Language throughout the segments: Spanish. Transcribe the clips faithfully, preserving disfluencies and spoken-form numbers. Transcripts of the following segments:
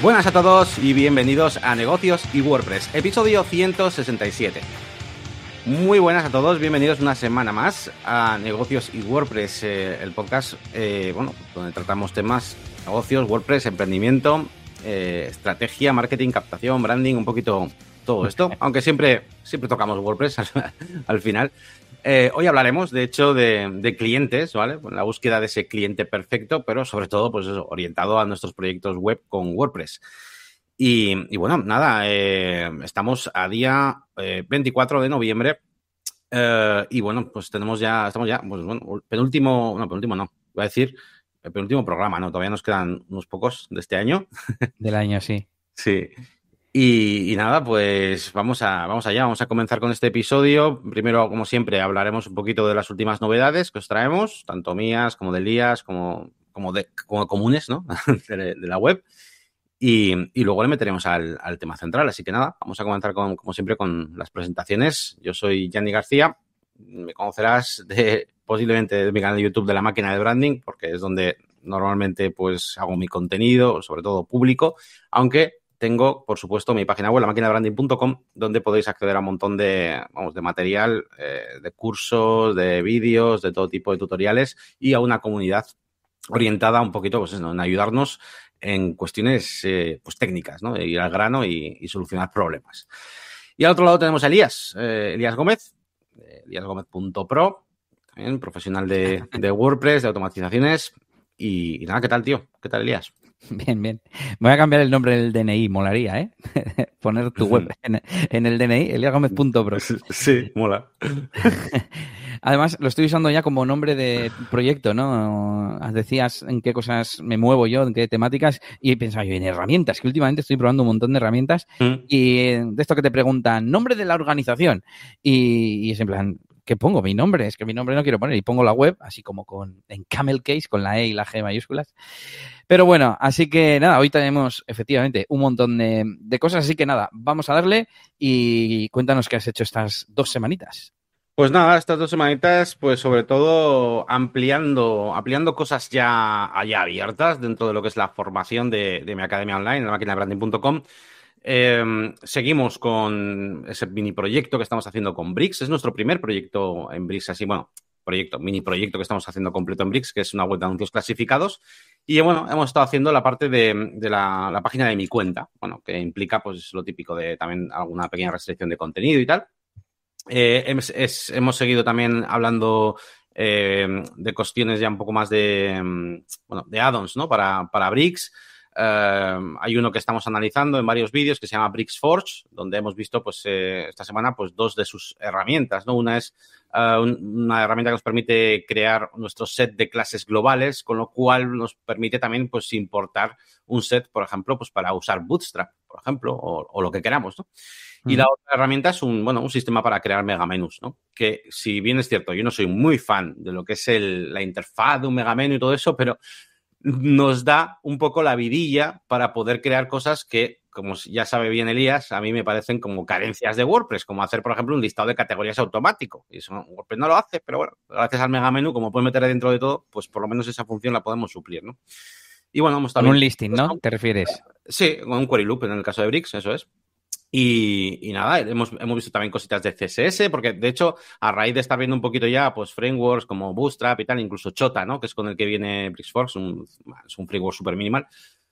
Buenas a todos y bienvenidos a Negocios y WordPress, episodio ciento sesenta y siete. Muy buenas a todos, bienvenidos una semana más a Negocios y WordPress, eh, el podcast eh, bueno, donde tratamos temas, negocios, WordPress, emprendimiento, eh, estrategia, marketing, captación, branding, un poquito todo esto, aunque siempre, siempre tocamos WordPress al, al final. Eh, hoy hablaremos, de hecho, de, de clientes, ¿vale? Bueno, la búsqueda de ese cliente perfecto, pero sobre todo, pues eso, orientado a nuestros proyectos web con WordPress. Y, y bueno, nada, eh, estamos a día eh, veinticuatro de noviembre eh, y bueno, pues tenemos ya, estamos ya, pues bueno, penúltimo, no, penúltimo no, voy a decir el penúltimo programa, ¿no? Todavía nos quedan unos pocos de este año. Del año, sí. Sí. Y, y nada, pues vamos a vamos allá, vamos a comenzar con este episodio. Primero, como siempre, hablaremos un poquito de las últimas novedades que os traemos, tanto mías como de Elías, como, como, de, como comunes, ¿no? de, de la web. Y, y luego le meteremos al, al tema central. Así que nada, vamos a comenzar con, como siempre con las presentaciones. Yo soy Gianni García. Me conocerás de, posiblemente de mi canal de YouTube de La Máquina de Branding, porque es donde normalmente pues hago mi contenido, sobre todo público, aunque tengo, por supuesto, mi página web, la máquina de branding punto com, donde podéis acceder a un montón de, vamos, de material, eh, de cursos, de vídeos, de todo tipo de tutoriales y a una comunidad orientada un poquito, pues eso, en ayudarnos en cuestiones eh, pues técnicas, ¿no? De ir al grano y, y solucionar problemas. Y al otro lado tenemos a Elías, eh, Elías Gómez, eh, elías gómez punto pro, también profesional de, de WordPress, de automatizaciones. Y, y nada, ¿qué tal, tío? ¿Qué tal, Elías? Bien, bien. Voy a cambiar el nombre del D N I, molaría, ¿eh? Poner tu web en, en el D N I, elías gómez punto pro. Sí, mola. Además, lo estoy usando ya como nombre de proyecto, ¿no? Decías en qué cosas me muevo yo, en qué temáticas, y pensaba yo en herramientas, que últimamente estoy probando un montón de herramientas, mm. y de esto que te preguntan, nombre de la organización, y, y es en plan, ¿qué pongo? Mi nombre, es que mi nombre no quiero poner, y pongo la web, así como con en camel case, con la E y la G mayúsculas. Pero bueno, así que nada, hoy tenemos efectivamente un montón de, de cosas, así que nada, vamos a darle y cuéntanos qué has hecho estas dos semanitas. Pues nada, estas dos semanitas, pues sobre todo ampliando, ampliando cosas ya, ya abiertas dentro de lo que es la formación de, de mi academia online, la máquina de branding punto com. Eh, seguimos con ese mini proyecto que estamos haciendo con Bricks. Es nuestro primer proyecto en Bricks, así, bueno, proyecto, mini proyecto que estamos haciendo completo en Bricks, que es una web de anuncios clasificados. Y bueno, hemos estado haciendo la parte de, de la, la página de mi cuenta, bueno, que implica pues lo típico de también alguna pequeña restricción de contenido y tal. Eh, es, es, hemos seguido también hablando eh, de cuestiones ya un poco más de, bueno, de add-ons, ¿no? Para, para Bricks. Uh, hay uno que estamos analizando en varios vídeos que se llama Bricks Forge, donde hemos visto pues eh, esta semana pues dos de sus herramientas, ¿no? Una es uh, un, una herramienta que nos permite crear nuestro set de clases globales, con lo cual nos permite también pues importar un set, por ejemplo, pues para usar Bootstrap, por ejemplo, o, o lo que queramos, ¿no? Uh-huh. Y la otra herramienta es un, bueno, un sistema para crear megamenús, ¿no? Que si bien es cierto, yo no soy muy fan de lo que es el, la interfaz de un megamenú y todo eso, pero nos da un poco la vidilla para poder crear cosas que, como ya sabe bien Elías, a mí me parecen como carencias de WordPress, como hacer, por ejemplo, un listado de categorías automático. Y eso WordPress no lo hace, pero bueno, gracias al megamenú, como puede meter dentro de todo, pues por lo menos esa función la podemos suplir, ¿no? Y bueno, hemos estado con un listing, ¿no? ¿Te refieres? Sí, con un query loop en el caso de Bricks, eso es. Y, y nada, hemos, hemos visto también cositas de C S S, porque de hecho, a raíz de estar viendo un poquito ya, pues frameworks como Bootstrap y tal, incluso Chota, ¿no? Que es con el que viene Brixforce, un, es un framework súper minimal.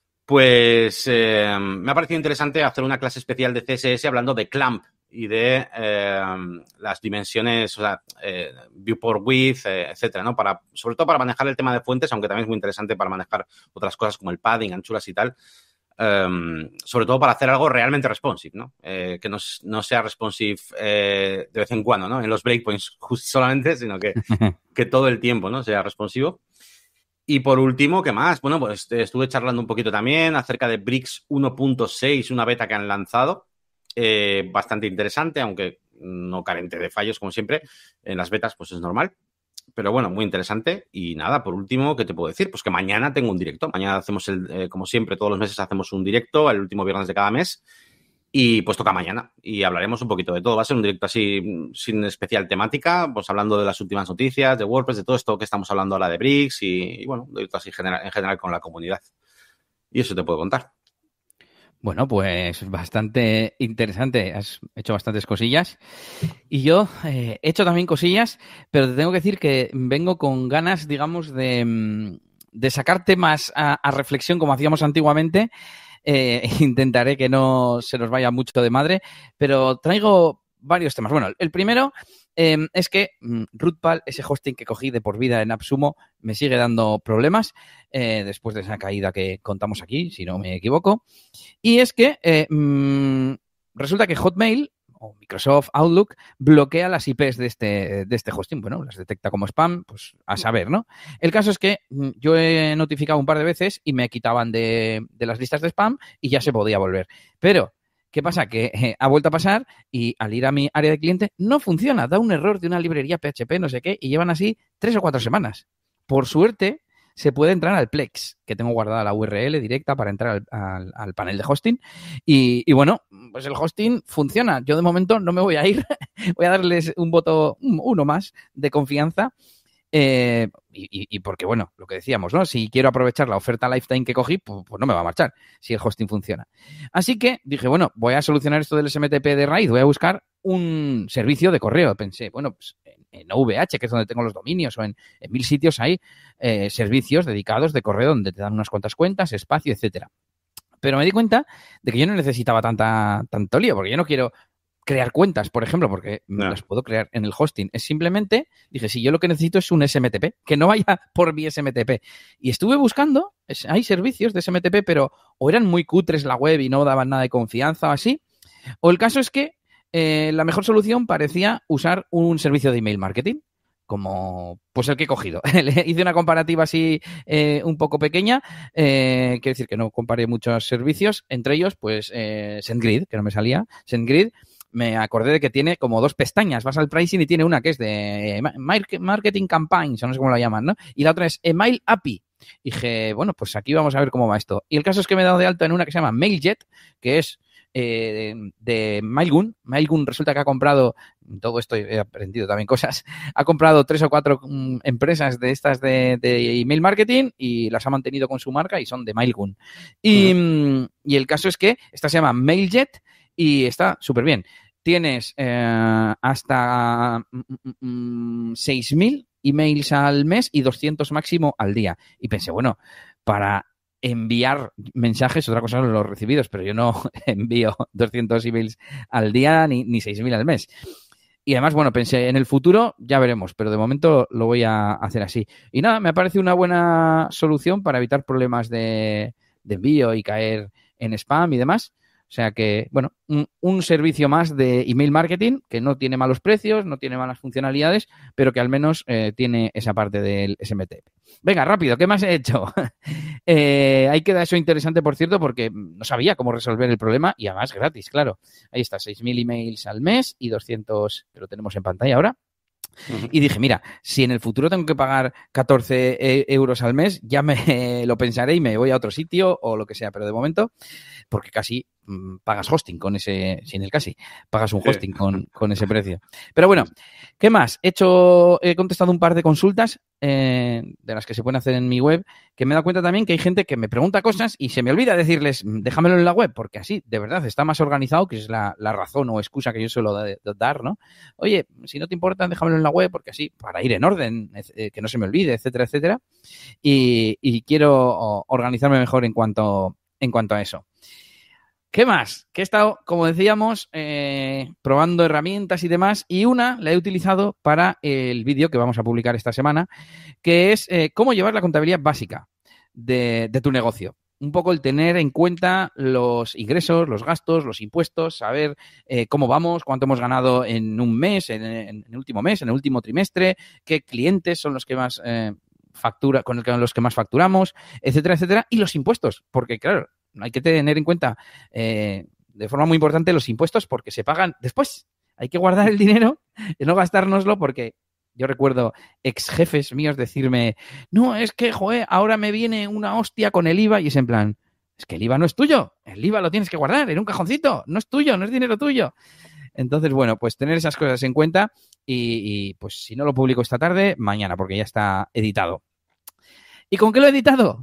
Pues eh, me ha parecido interesante hacer una clase especial de C S S hablando de Clamp y de eh, las dimensiones, o sea, eh, viewport width, eh, etcétera, ¿no? Para, sobre todo para manejar el tema de fuentes, aunque también es muy interesante para manejar otras cosas como el padding, anchuras y tal. Um, sobre todo para hacer algo realmente responsive, ¿no? Eh, que no, no sea responsive eh, de vez en cuando, ¿no? En los breakpoints justo solamente, sino que, que todo el tiempo, ¿no? Sea responsivo. Y por último, ¿qué más? Bueno, pues estuve charlando un poquito también acerca de Bricks uno punto seis, una beta que han lanzado. Eh, bastante interesante, aunque no carente de fallos, como siempre. En las betas, pues es normal. Pero bueno, muy interesante. Y nada, por último, ¿qué te puedo decir? Pues que mañana tengo un directo. Mañana hacemos, el, eh, como siempre, todos los meses hacemos un directo, el último viernes de cada mes. Y pues toca mañana. Y hablaremos un poquito de todo. Va a ser un directo así, sin especial temática, pues hablando de las últimas noticias, de WordPress, de todo esto que estamos hablando ahora de Bricks y, y bueno, un directo así general, en general con la comunidad. Y eso te puedo contar. Bueno, pues bastante interesante. Has hecho bastantes cosillas. Y yo eh, he hecho también cosillas, pero te tengo que decir que vengo con ganas, digamos, de, de sacar temas a, a reflexión como hacíamos antiguamente. Eh, intentaré que no se nos vaya mucho de madre, pero traigo varios temas. Bueno, el primero eh, es que mm, Rootpal, ese hosting que cogí de por vida en AppSumo, me sigue dando problemas eh, después de esa caída que contamos aquí, si no me equivoco. Y es que eh, mmm, resulta que Hotmail o Microsoft Outlook bloquea las I Pes de este, de este hosting. Bueno, las detecta como spam, pues a saber, ¿no? El caso es que yo he notificado un par de veces y me quitaban de, de las listas de spam y ya se podía volver. Pero, ¿qué pasa? Que eh, ha vuelto a pasar y al ir a mi área de cliente no funciona, da un error de una librería P H P, no sé qué, y llevan así tres o cuatro semanas. Por suerte, se puede entrar al Plex, que tengo guardada la U R L directa para entrar al, al, al panel de hosting. Y, y bueno, pues el hosting funciona. Yo de momento no me voy a ir. Voy a darles un voto, uno más de confianza. Eh, y, y, y porque, bueno, lo que decíamos, ¿no? Si quiero aprovechar la oferta lifetime que cogí, pues, pues no me va a marchar si el hosting funciona. Así que dije, bueno, voy a solucionar esto del S M T P de raíz, voy a buscar un servicio de correo. Pensé, bueno, pues en, en O V H, que es donde tengo los dominios, o en, en mil sitios hay eh, servicios dedicados de correo donde te dan unas cuantas cuentas, espacio, etcétera. Pero me di cuenta de que yo no necesitaba tanta, tanto lío, porque yo no quiero crear cuentas, por ejemplo, porque no. las puedo crear en el hosting. Es simplemente, dije, si yo lo que necesito es un S M T P, que no vaya por mi S M T P. Y estuve buscando, es, hay servicios de S M T P, pero o eran muy cutres la web y no daban nada de confianza o así, o el caso es que eh, la mejor solución parecía usar un servicio de email marketing, como pues el que he cogido. Hice una comparativa así eh, un poco pequeña, eh, quiero decir que no comparé muchos servicios, entre ellos pues eh, SendGrid, que no me salía, SendGrid. Me acordé de que tiene como dos pestañas. Vas al pricing y tiene una que es de marketing campaigns, o no sé cómo la llaman, ¿no? Y la otra es email A P I. Y dije, bueno, pues aquí vamos a ver cómo va esto. Y el caso es que me he dado de alta en una que se llama MailJet, que es eh, de, de Mailgun. Mailgun resulta que ha comprado, todo esto he aprendido también cosas, ha comprado tres o cuatro um, empresas de estas de, de email marketing y las ha mantenido con su marca y son de Mailgun. Y, uh-huh. y el caso es que esta se llama MailJet y está súper bien. Tienes eh, hasta mm, seis mil emails al mes y doscientos máximo al día. Y pensé, bueno, para enviar mensajes, otra cosa son los recibidos, pero yo no envío doscientos emails al día ni, ni seis mil al mes. Y además, bueno, pensé, en el futuro ya veremos, pero de momento lo voy a hacer así. Y nada, me ha parecido una buena solución para evitar problemas de, de envío y caer en spam y demás. O sea que, bueno, un, un servicio más de email marketing que no tiene malos precios, no tiene malas funcionalidades, pero que al menos eh, tiene esa parte del S M T P. Venga, rápido, ¿qué más he hecho? eh, ahí queda eso interesante, por cierto, porque no sabía cómo resolver el problema y además gratis, claro. Ahí está, seis mil emails al mes y doscientos, que lo tenemos en pantalla ahora. Uh-huh. Y dije, mira, si en el futuro tengo que pagar catorce euros al mes, ya me lo pensaré y me voy a otro sitio o lo que sea, pero de momento, porque casi mmm, pagas hosting con ese, sin el casi, pagas un hosting sí. con, con ese precio. Pero bueno, ¿qué más? He hecho, he contestado un par de consultas eh, de las que se pueden hacer en mi web, que me he dado cuenta también que hay gente que me pregunta cosas y se me olvida decirles, déjamelo en la web, porque así, de verdad, está más organizado, que es la, la razón o excusa que yo suelo de, de dar, ¿no? Oye, si no te importa, déjamelo en la web, porque así, para ir en orden, eh, que no se me olvide, etcétera, etcétera. Y, y quiero organizarme mejor en cuanto, en cuanto a eso. ¿Qué más? Que he estado, como decíamos, eh, probando herramientas y demás, y una la he utilizado para el vídeo que vamos a publicar esta semana, que es eh, cómo llevar la contabilidad básica de, de tu negocio. Un poco el tener en cuenta los ingresos, los gastos, los impuestos, saber eh, cómo vamos, cuánto hemos ganado en un mes, en, en el último mes, en el último trimestre, qué clientes son los que más eh, factura, con el que, los que más facturamos, etcétera, etcétera, y los impuestos, porque claro, hay que tener en cuenta eh, de forma muy importante los impuestos porque se pagan después. Hay que guardar el dinero y no gastárnoslo porque yo recuerdo ex jefes míos decirme, no, es que, joder, ahora me viene una hostia con el I V A y es en plan, es que el I V A no es tuyo, el I V A lo tienes que guardar en un cajoncito, no es tuyo, no es dinero tuyo. Entonces, bueno, pues tener esas cosas en cuenta y, y pues si no lo publico esta tarde, mañana porque ya está editado. ¿Y con qué lo he editado?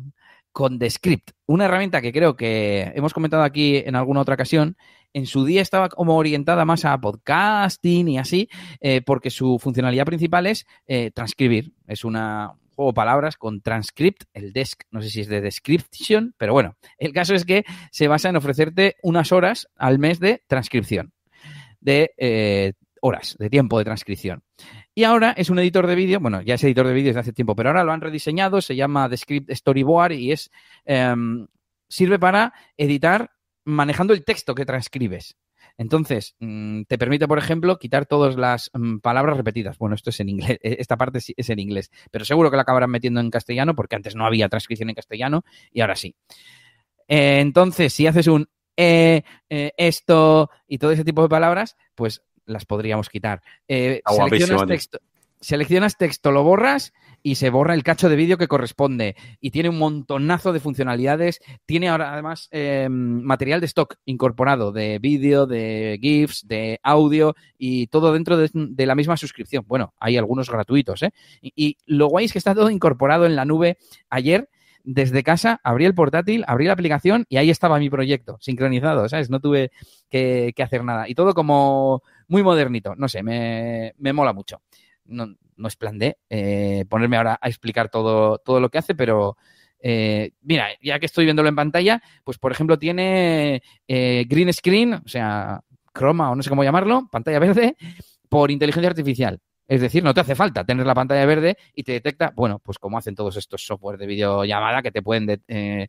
con Descript, una herramienta que creo que hemos comentado aquí en alguna otra ocasión. En su día estaba como orientada más a podcasting y así, eh, porque su funcionalidad principal es eh, transcribir. Es una juego de palabras con transcript, el desk, no sé si es de description, pero bueno, el caso es que se basa en ofrecerte unas horas al mes de transcripción, de eh, horas, de tiempo de transcripción. Y ahora es un editor de vídeo, bueno, ya es editor de vídeo desde hace tiempo, pero ahora lo han rediseñado, se llama Descript Storyboard y es eh, sirve para editar manejando el texto que transcribes. Entonces, mmm, te permite, por ejemplo, quitar todas las mmm, palabras repetidas. Bueno, esto es en inglés, esta parte sí es en inglés, pero seguro que la acabarán metiendo en castellano porque antes no había transcripción en castellano y ahora sí. Eh, entonces, si haces un eh, eh, esto y todo ese tipo de palabras, pues las podríamos quitar. Eh, Ah, seleccionas texto, seleccionas texto, lo borras y se borra el cacho de vídeo que corresponde. Y tiene un montonazo de funcionalidades. Tiene ahora además eh, material de stock incorporado de vídeo, de GIFs, de audio y todo dentro de, de la misma suscripción. Bueno, hay algunos gratuitos, ¿eh? Y, y lo guay es que está todo incorporado en la nube. Ayer, desde casa, abrí el portátil, abrí la aplicación y ahí estaba mi proyecto, sincronizado, ¿sabes? No tuve que, que hacer nada. Y todo como muy modernito. No sé, me, me mola mucho. No, no es plan de eh, ponerme ahora a explicar todo, todo lo que hace, pero eh, mira, ya que estoy viéndolo en pantalla, pues por ejemplo tiene eh, green screen, o sea, croma o no sé cómo llamarlo, pantalla verde, por inteligencia artificial. Es decir, no te hace falta tener la pantalla verde y te detecta, bueno, pues como hacen todos estos software de videollamada que te pueden de, eh,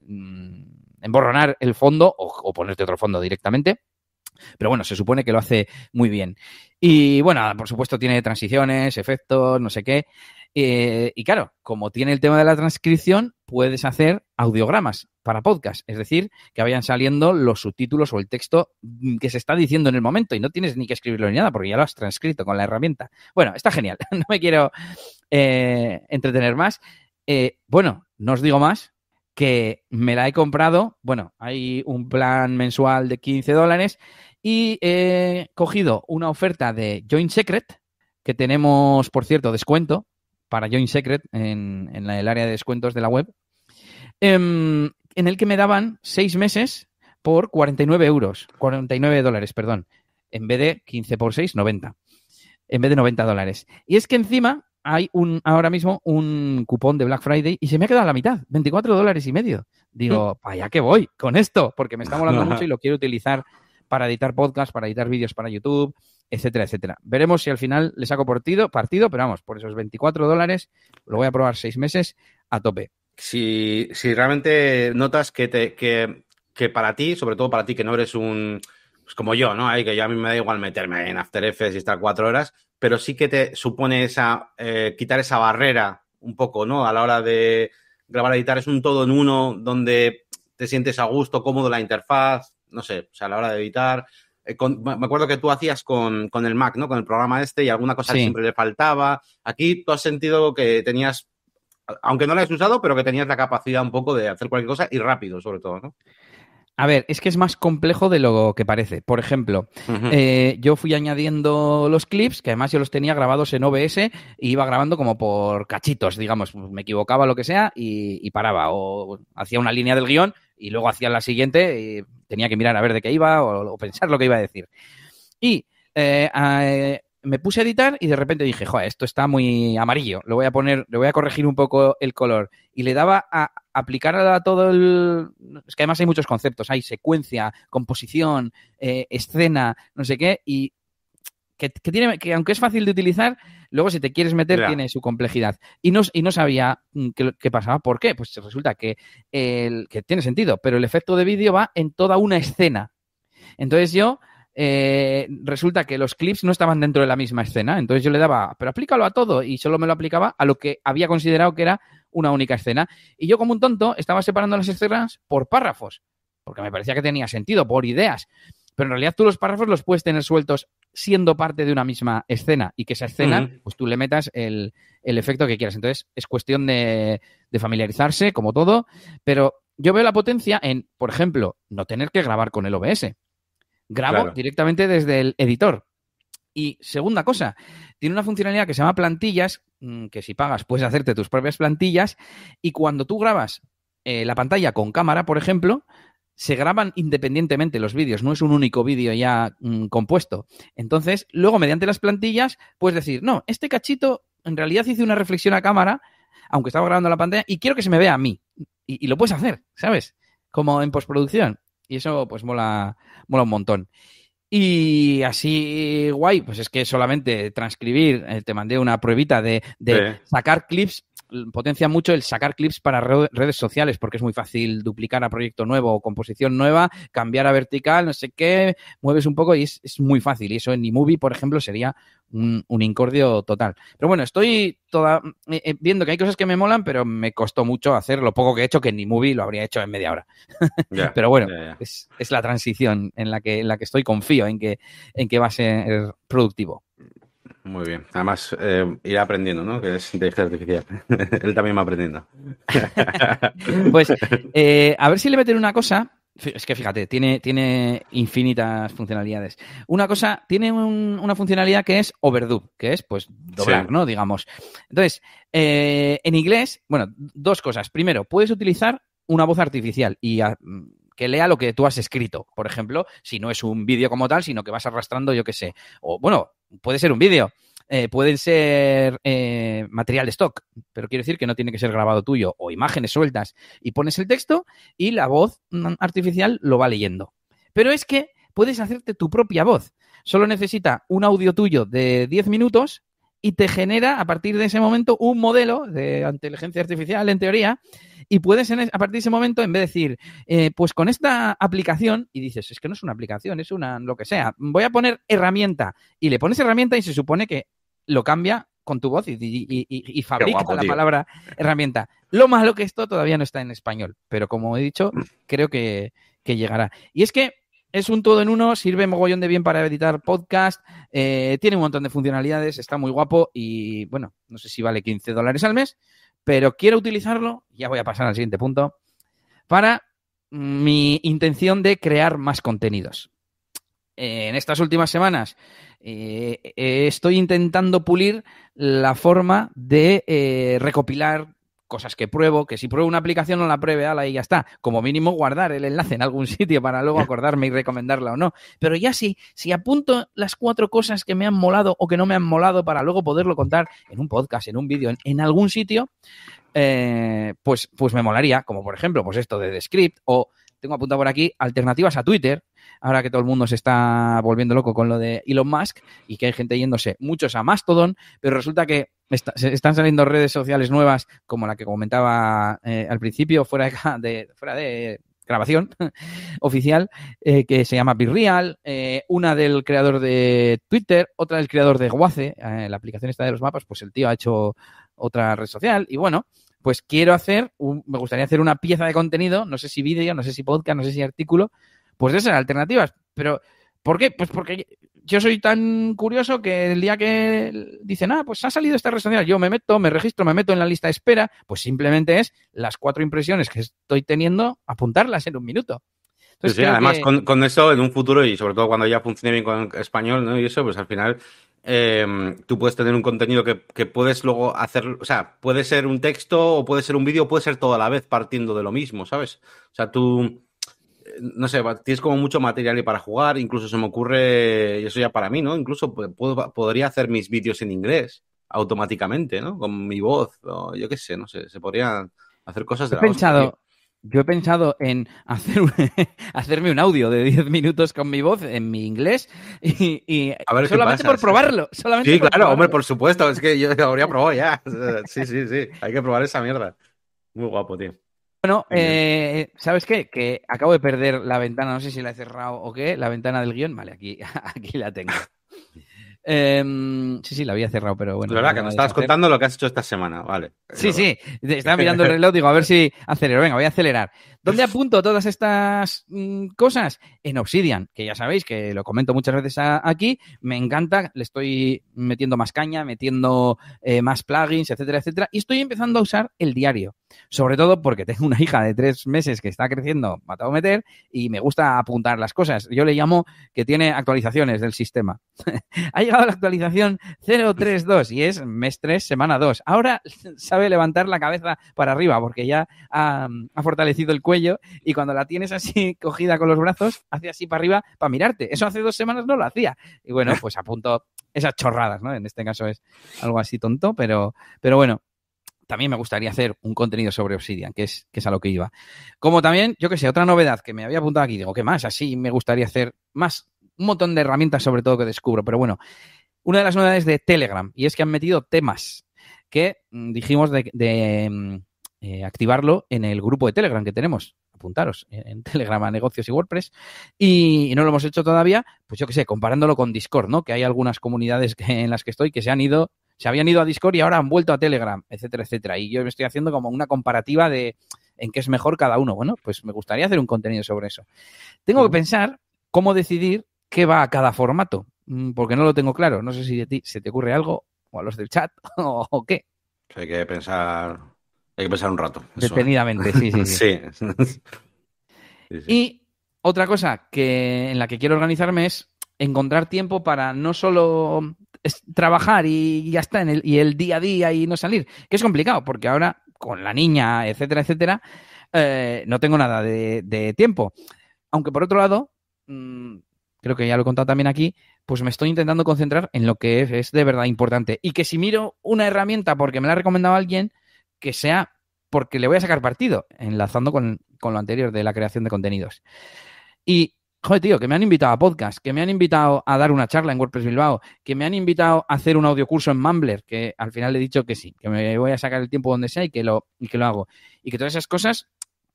emborronar el fondo o, o ponerte otro fondo directamente. Pero bueno, se supone que lo hace muy bien. Y bueno, por supuesto tiene transiciones, efectos, no sé qué. Eh, y claro, como tiene el tema de la transcripción, puedes hacer audiogramas para podcast. Es decir, que vayan saliendo los subtítulos o el texto que se está diciendo en el momento y no tienes ni que escribirlo ni nada porque ya lo has transcrito con la herramienta. Bueno, está genial. No me quiero eh, entretener más. Eh, bueno, no os digo más, que me la he comprado. Bueno, hay un plan mensual de quince dólares y he cogido una oferta de Join Secret, que tenemos, por cierto, descuento para Join Secret en, en el área de descuentos de la web, en, en el que me daban seis meses por cuarenta y nueve euros, cuarenta y nueve dólares, perdón, en vez de quince por seis, noventa, en vez de noventa dólares. Y es que encima hay un ahora mismo un cupón de Black Friday y se me ha quedado a la mitad, veinticuatro dólares y medio. Digo, para allá que voy con esto, porque me está molando mucho y lo quiero utilizar para editar podcast, para editar vídeos para YouTube, etcétera, etcétera. Veremos si al final le saco partido, partido, pero vamos, por esos veinticuatro dólares lo voy a probar seis meses a tope. Si, si realmente notas que, te, que, que para ti, sobre todo para ti que no eres un... Pues como yo, ¿no? Ahí que yo a mí me da igual meterme en After Effects y estar cuatro horas, pero sí que te supone esa eh, quitar esa barrera un poco, ¿no? A la hora de grabar, editar, es un todo en uno donde te sientes a gusto, cómodo la interfaz, no sé, o sea, a la hora de editar. Eh, con, me acuerdo que tú hacías con, con el Mac, ¿no? Con el programa este y alguna cosa Sí. que siempre le faltaba. Aquí tú has sentido que tenías, aunque no la has usado, pero que tenías la capacidad un poco de hacer cualquier cosa y rápido, sobre todo, ¿no? A ver, es que es más complejo de lo que parece. Por ejemplo, uh-huh. eh, yo fui añadiendo los clips, que además yo los tenía grabados en O B S, y iba grabando como por cachitos, digamos. Me equivocaba lo que sea y, y paraba. O hacía una línea del guión y luego hacía la siguiente y tenía que mirar a ver de qué iba o, o pensar lo que iba a decir. Y eh, eh, me puse a editar y de repente dije, joder, esto está muy amarillo, lo voy a poner, le voy a corregir un poco el color. Y le daba a aplicar a todo el... Es que además hay muchos conceptos, hay secuencia, composición, eh, escena, no sé qué, y que, que tiene, que aunque es fácil de utilizar, luego si te quieres meter yeah. tiene su complejidad. Y no, y no sabía qué, qué pasaba. ¿Por qué? Pues resulta que, el, que tiene sentido, pero el efecto de vídeo va en toda una escena. Entonces yo... Eh, resulta que los clips no estaban dentro de la misma escena, entonces yo le daba, pero aplícalo a todo, y solo me lo aplicaba a lo que había considerado que era una única escena, y yo como un tonto estaba separando las escenas por párrafos, porque me parecía que tenía sentido, por ideas, pero en realidad tú los párrafos los puedes tener sueltos siendo parte de una misma escena, y que esa escena, uh-huh. pues tú le metas el, el efecto que quieras. Entonces es cuestión de, de familiarizarse, como todo, pero yo veo la potencia en, por ejemplo, no tener que grabar con el O B S. Grabo claro. directamente desde el editor. Y segunda cosa, tiene una funcionalidad que se llama plantillas, que si pagas puedes hacerte tus propias plantillas, y cuando tú grabas eh, la pantalla con cámara, por ejemplo, se graban independientemente los vídeos, no es un único vídeo ya mmm, compuesto. Entonces, luego, mediante las plantillas, puedes decir, no, este cachito, en realidad hice una reflexión a cámara, aunque estaba grabando la pantalla, y quiero que se me vea a mí. Y, y lo puedes hacer, ¿sabes? Como en postproducción. Y eso, pues, mola, mola un montón. Y así, guay, pues es que solamente transcribir, eh, te mandé una pruebita de, de sí. sacar clips, potencia mucho el sacar clips para re- redes sociales, porque es muy fácil duplicar a proyecto nuevo o composición nueva, cambiar a vertical, no sé qué, mueves un poco y es, es muy fácil. Y eso en eMovie, por ejemplo, sería un, un incordio total. Pero bueno, estoy toda, eh, viendo que hay cosas que me molan, pero me costó mucho hacer lo poco que he hecho, que en eMovie lo habría hecho en media hora. Yeah, pero bueno, yeah, yeah. Es, es la transición en la que, en la que estoy, confío en que, en que va a ser productivo. Muy bien. Además, eh, ir aprendiendo, ¿no? Que es inteligencia artificial. Él también va aprendiendo. Pues, eh, a ver si le meten una cosa. Es que fíjate, tiene, tiene infinitas funcionalidades. Una cosa, tiene un, una funcionalidad que es overdub, que es, pues, doblar, sí. ¿no? Digamos. Entonces, eh, en inglés, bueno, dos cosas. Primero, puedes utilizar una voz artificial y a, que lea lo que tú has escrito, por ejemplo, si no es un vídeo como tal, sino que vas arrastrando, yo qué sé. O, bueno, puede ser un vídeo. Eh, pueden ser eh, material de stock, pero quiero decir que no tiene que ser grabado tuyo, o imágenes sueltas, y pones el texto y la voz artificial lo va leyendo. Pero es que puedes hacerte tu propia voz. Solo necesita un audio tuyo de diez minutos y te genera a partir de ese momento un modelo de inteligencia artificial, en teoría, y puedes en, a partir de ese momento, en vez de decir, eh, pues con esta aplicación, y dices, es que no es una aplicación, es una lo que sea, voy a poner herramienta, y le pones herramienta y se supone que lo cambia con tu voz y, y, y, y fabrica guapo, la tío. palabra herramienta. Lo malo que esto todavía no está en español, pero como he dicho, creo que, que llegará. Y es que es un todo en uno, sirve mogollón de bien para editar podcast, eh, tiene un montón de funcionalidades, está muy guapo y, bueno, no sé si vale quince dólares al mes, pero quiero utilizarlo, ya voy a pasar al siguiente punto, para mi intención de crear más contenidos. Eh, en estas últimas semanas eh, eh, estoy intentando pulir la forma de eh, recopilar cosas que pruebo, que si pruebo una aplicación no la pruebe, ala, y ya está. Como mínimo guardar el enlace en algún sitio para luego acordarme y recomendarla o no. Pero ya sí, si apunto las cuatro cosas que me han molado o que no me han molado para luego poderlo contar en un podcast, en un vídeo, en, en algún sitio, eh, pues, pues me molaría, como por ejemplo, pues esto de Descript, o tengo apuntado por aquí, alternativas a Twitter, ahora que todo el mundo se está volviendo loco con lo de Elon Musk y que hay gente yéndose muchos a Mastodon, pero resulta que está, se están saliendo redes sociales nuevas como la que comentaba eh, al principio, fuera de, de, fuera de grabación oficial, eh, que se llama BeReal, eh, una del creador de Twitter, otra del creador de Waze, eh, la aplicación esta de los mapas, pues el tío ha hecho otra red social y bueno, pues quiero hacer, un, me gustaría hacer una pieza de contenido, no sé si vídeo, no sé si podcast, no sé si artículo, pues de esas alternativas. Pero, ¿por qué? Pues porque yo soy tan curioso que el día que dicen, ah, pues ha salido esta red social, yo me meto, me registro, me meto en la lista de espera, pues simplemente es las cuatro impresiones que estoy teniendo, apuntarlas en un minuto. Entonces, sí, sí, además que... con, con eso en un futuro y sobre todo cuando ya funcione bien con español, ¿no? Y eso, pues al final eh, tú puedes tener un contenido que, que puedes luego hacer, o sea, puede ser un texto o puede ser un vídeo, puede ser todo a la vez partiendo de lo mismo, ¿sabes? O sea, tú, no sé, tienes como mucho material y para jugar, incluso se me ocurre, y eso ya para mí, ¿no? Incluso puedo, podría hacer mis vídeos en inglés automáticamente, ¿no? Con mi voz, o yo qué sé, no sé, se podrían hacer cosas de He la pensado... hostia. Yo he pensado en hacer un, hacerme un audio de diez minutos con mi voz en mi inglés y, y a ver solamente por probarlo. Solamente sí, por claro, probarlo. hombre, por supuesto. Es que yo lo habría probado ya. Sí, sí, sí. Hay que probar esa mierda. Muy guapo, tío. Bueno, eh, ¿sabes qué? Que acabo de perder la ventana, no sé si la he cerrado o qué, la ventana del guión. Vale, aquí, aquí la tengo. Eh, sí, sí, la había cerrado, pero bueno. Es verdad que me estabas hacer. contando lo que has hecho esta semana, vale. Sí, sí, estaba mirando el reloj, digo, a ver si acelero. Venga, voy a acelerar. ¿Dónde apunto todas estas mmm, cosas? En Obsidian, que ya sabéis que lo comento muchas veces a, aquí. Me encanta, le estoy metiendo más caña, metiendo eh, más plugins, etcétera, etcétera. Y estoy empezando a usar el diario. Sobre todo porque tengo una hija de tres meses que está creciendo, matado a meter, y me gusta apuntar las cosas. Yo le llamo que tiene actualizaciones del sistema. Ha llegado la actualización cero tres dos y es mes tres, semana dos. Ahora sabe levantar la cabeza para arriba porque ya ha, ha fortalecido el cuello y cuando la tienes así cogida con los brazos, hace así para arriba para mirarte. Eso hace dos semanas no lo hacía. Y bueno, pues apunto esas chorradas, ¿no? En este caso es algo así tonto, pero, pero bueno. También me gustaría hacer un contenido sobre Obsidian, que es, que es a lo que iba. Como también, yo qué sé, otra novedad que me había apuntado aquí, digo, ¿qué más? Así me gustaría hacer más, un montón de herramientas sobre todo que descubro. Pero bueno, una de las novedades de Telegram, y es que han metido temas que mmm, dijimos de, de eh, activarlo en el grupo de Telegram que tenemos. Apuntaros en Telegram a negocios y WordPress. Y, y no lo hemos hecho todavía, pues yo qué sé, comparándolo con Discord, ¿no? Que hay algunas comunidades que, en las que estoy que se han ido... Se habían ido a Discord y ahora han vuelto a Telegram, etcétera, etcétera. Y yo me estoy haciendo como una comparativa de en qué es mejor cada uno. Bueno, pues me gustaría hacer un contenido sobre eso. Tengo que pensar cómo decidir qué va a cada formato, porque no lo tengo claro. No sé si de ti se te ocurre algo, o a los del chat, o, o qué. Hay que pensar, hay que pensar un rato. Eso. Detenidamente, sí, sí, sí. sí. sí, sí. Y otra cosa que en la que quiero organizarme es encontrar tiempo para no solo trabajar y ya está, en el, y el día a día y no salir, que es complicado, porque ahora con la niña, etcétera, etcétera, eh, no tengo nada de, de tiempo. Aunque por otro lado, mmm, creo que ya lo he contado también aquí, pues me estoy intentando concentrar en lo que es, es de verdad importante. Y que si miro una herramienta porque me la ha recomendado alguien, que sea porque le voy a sacar partido, enlazando con, con lo anterior de la creación de contenidos. Y joder, tío, que me han invitado a podcast, que me han invitado a dar una charla en WordPress Bilbao, que me han invitado a hacer un audiocurso en Mumbler, que al final le he dicho que sí, que me voy a sacar el tiempo donde sea y que lo, y que lo hago. Y que todas esas cosas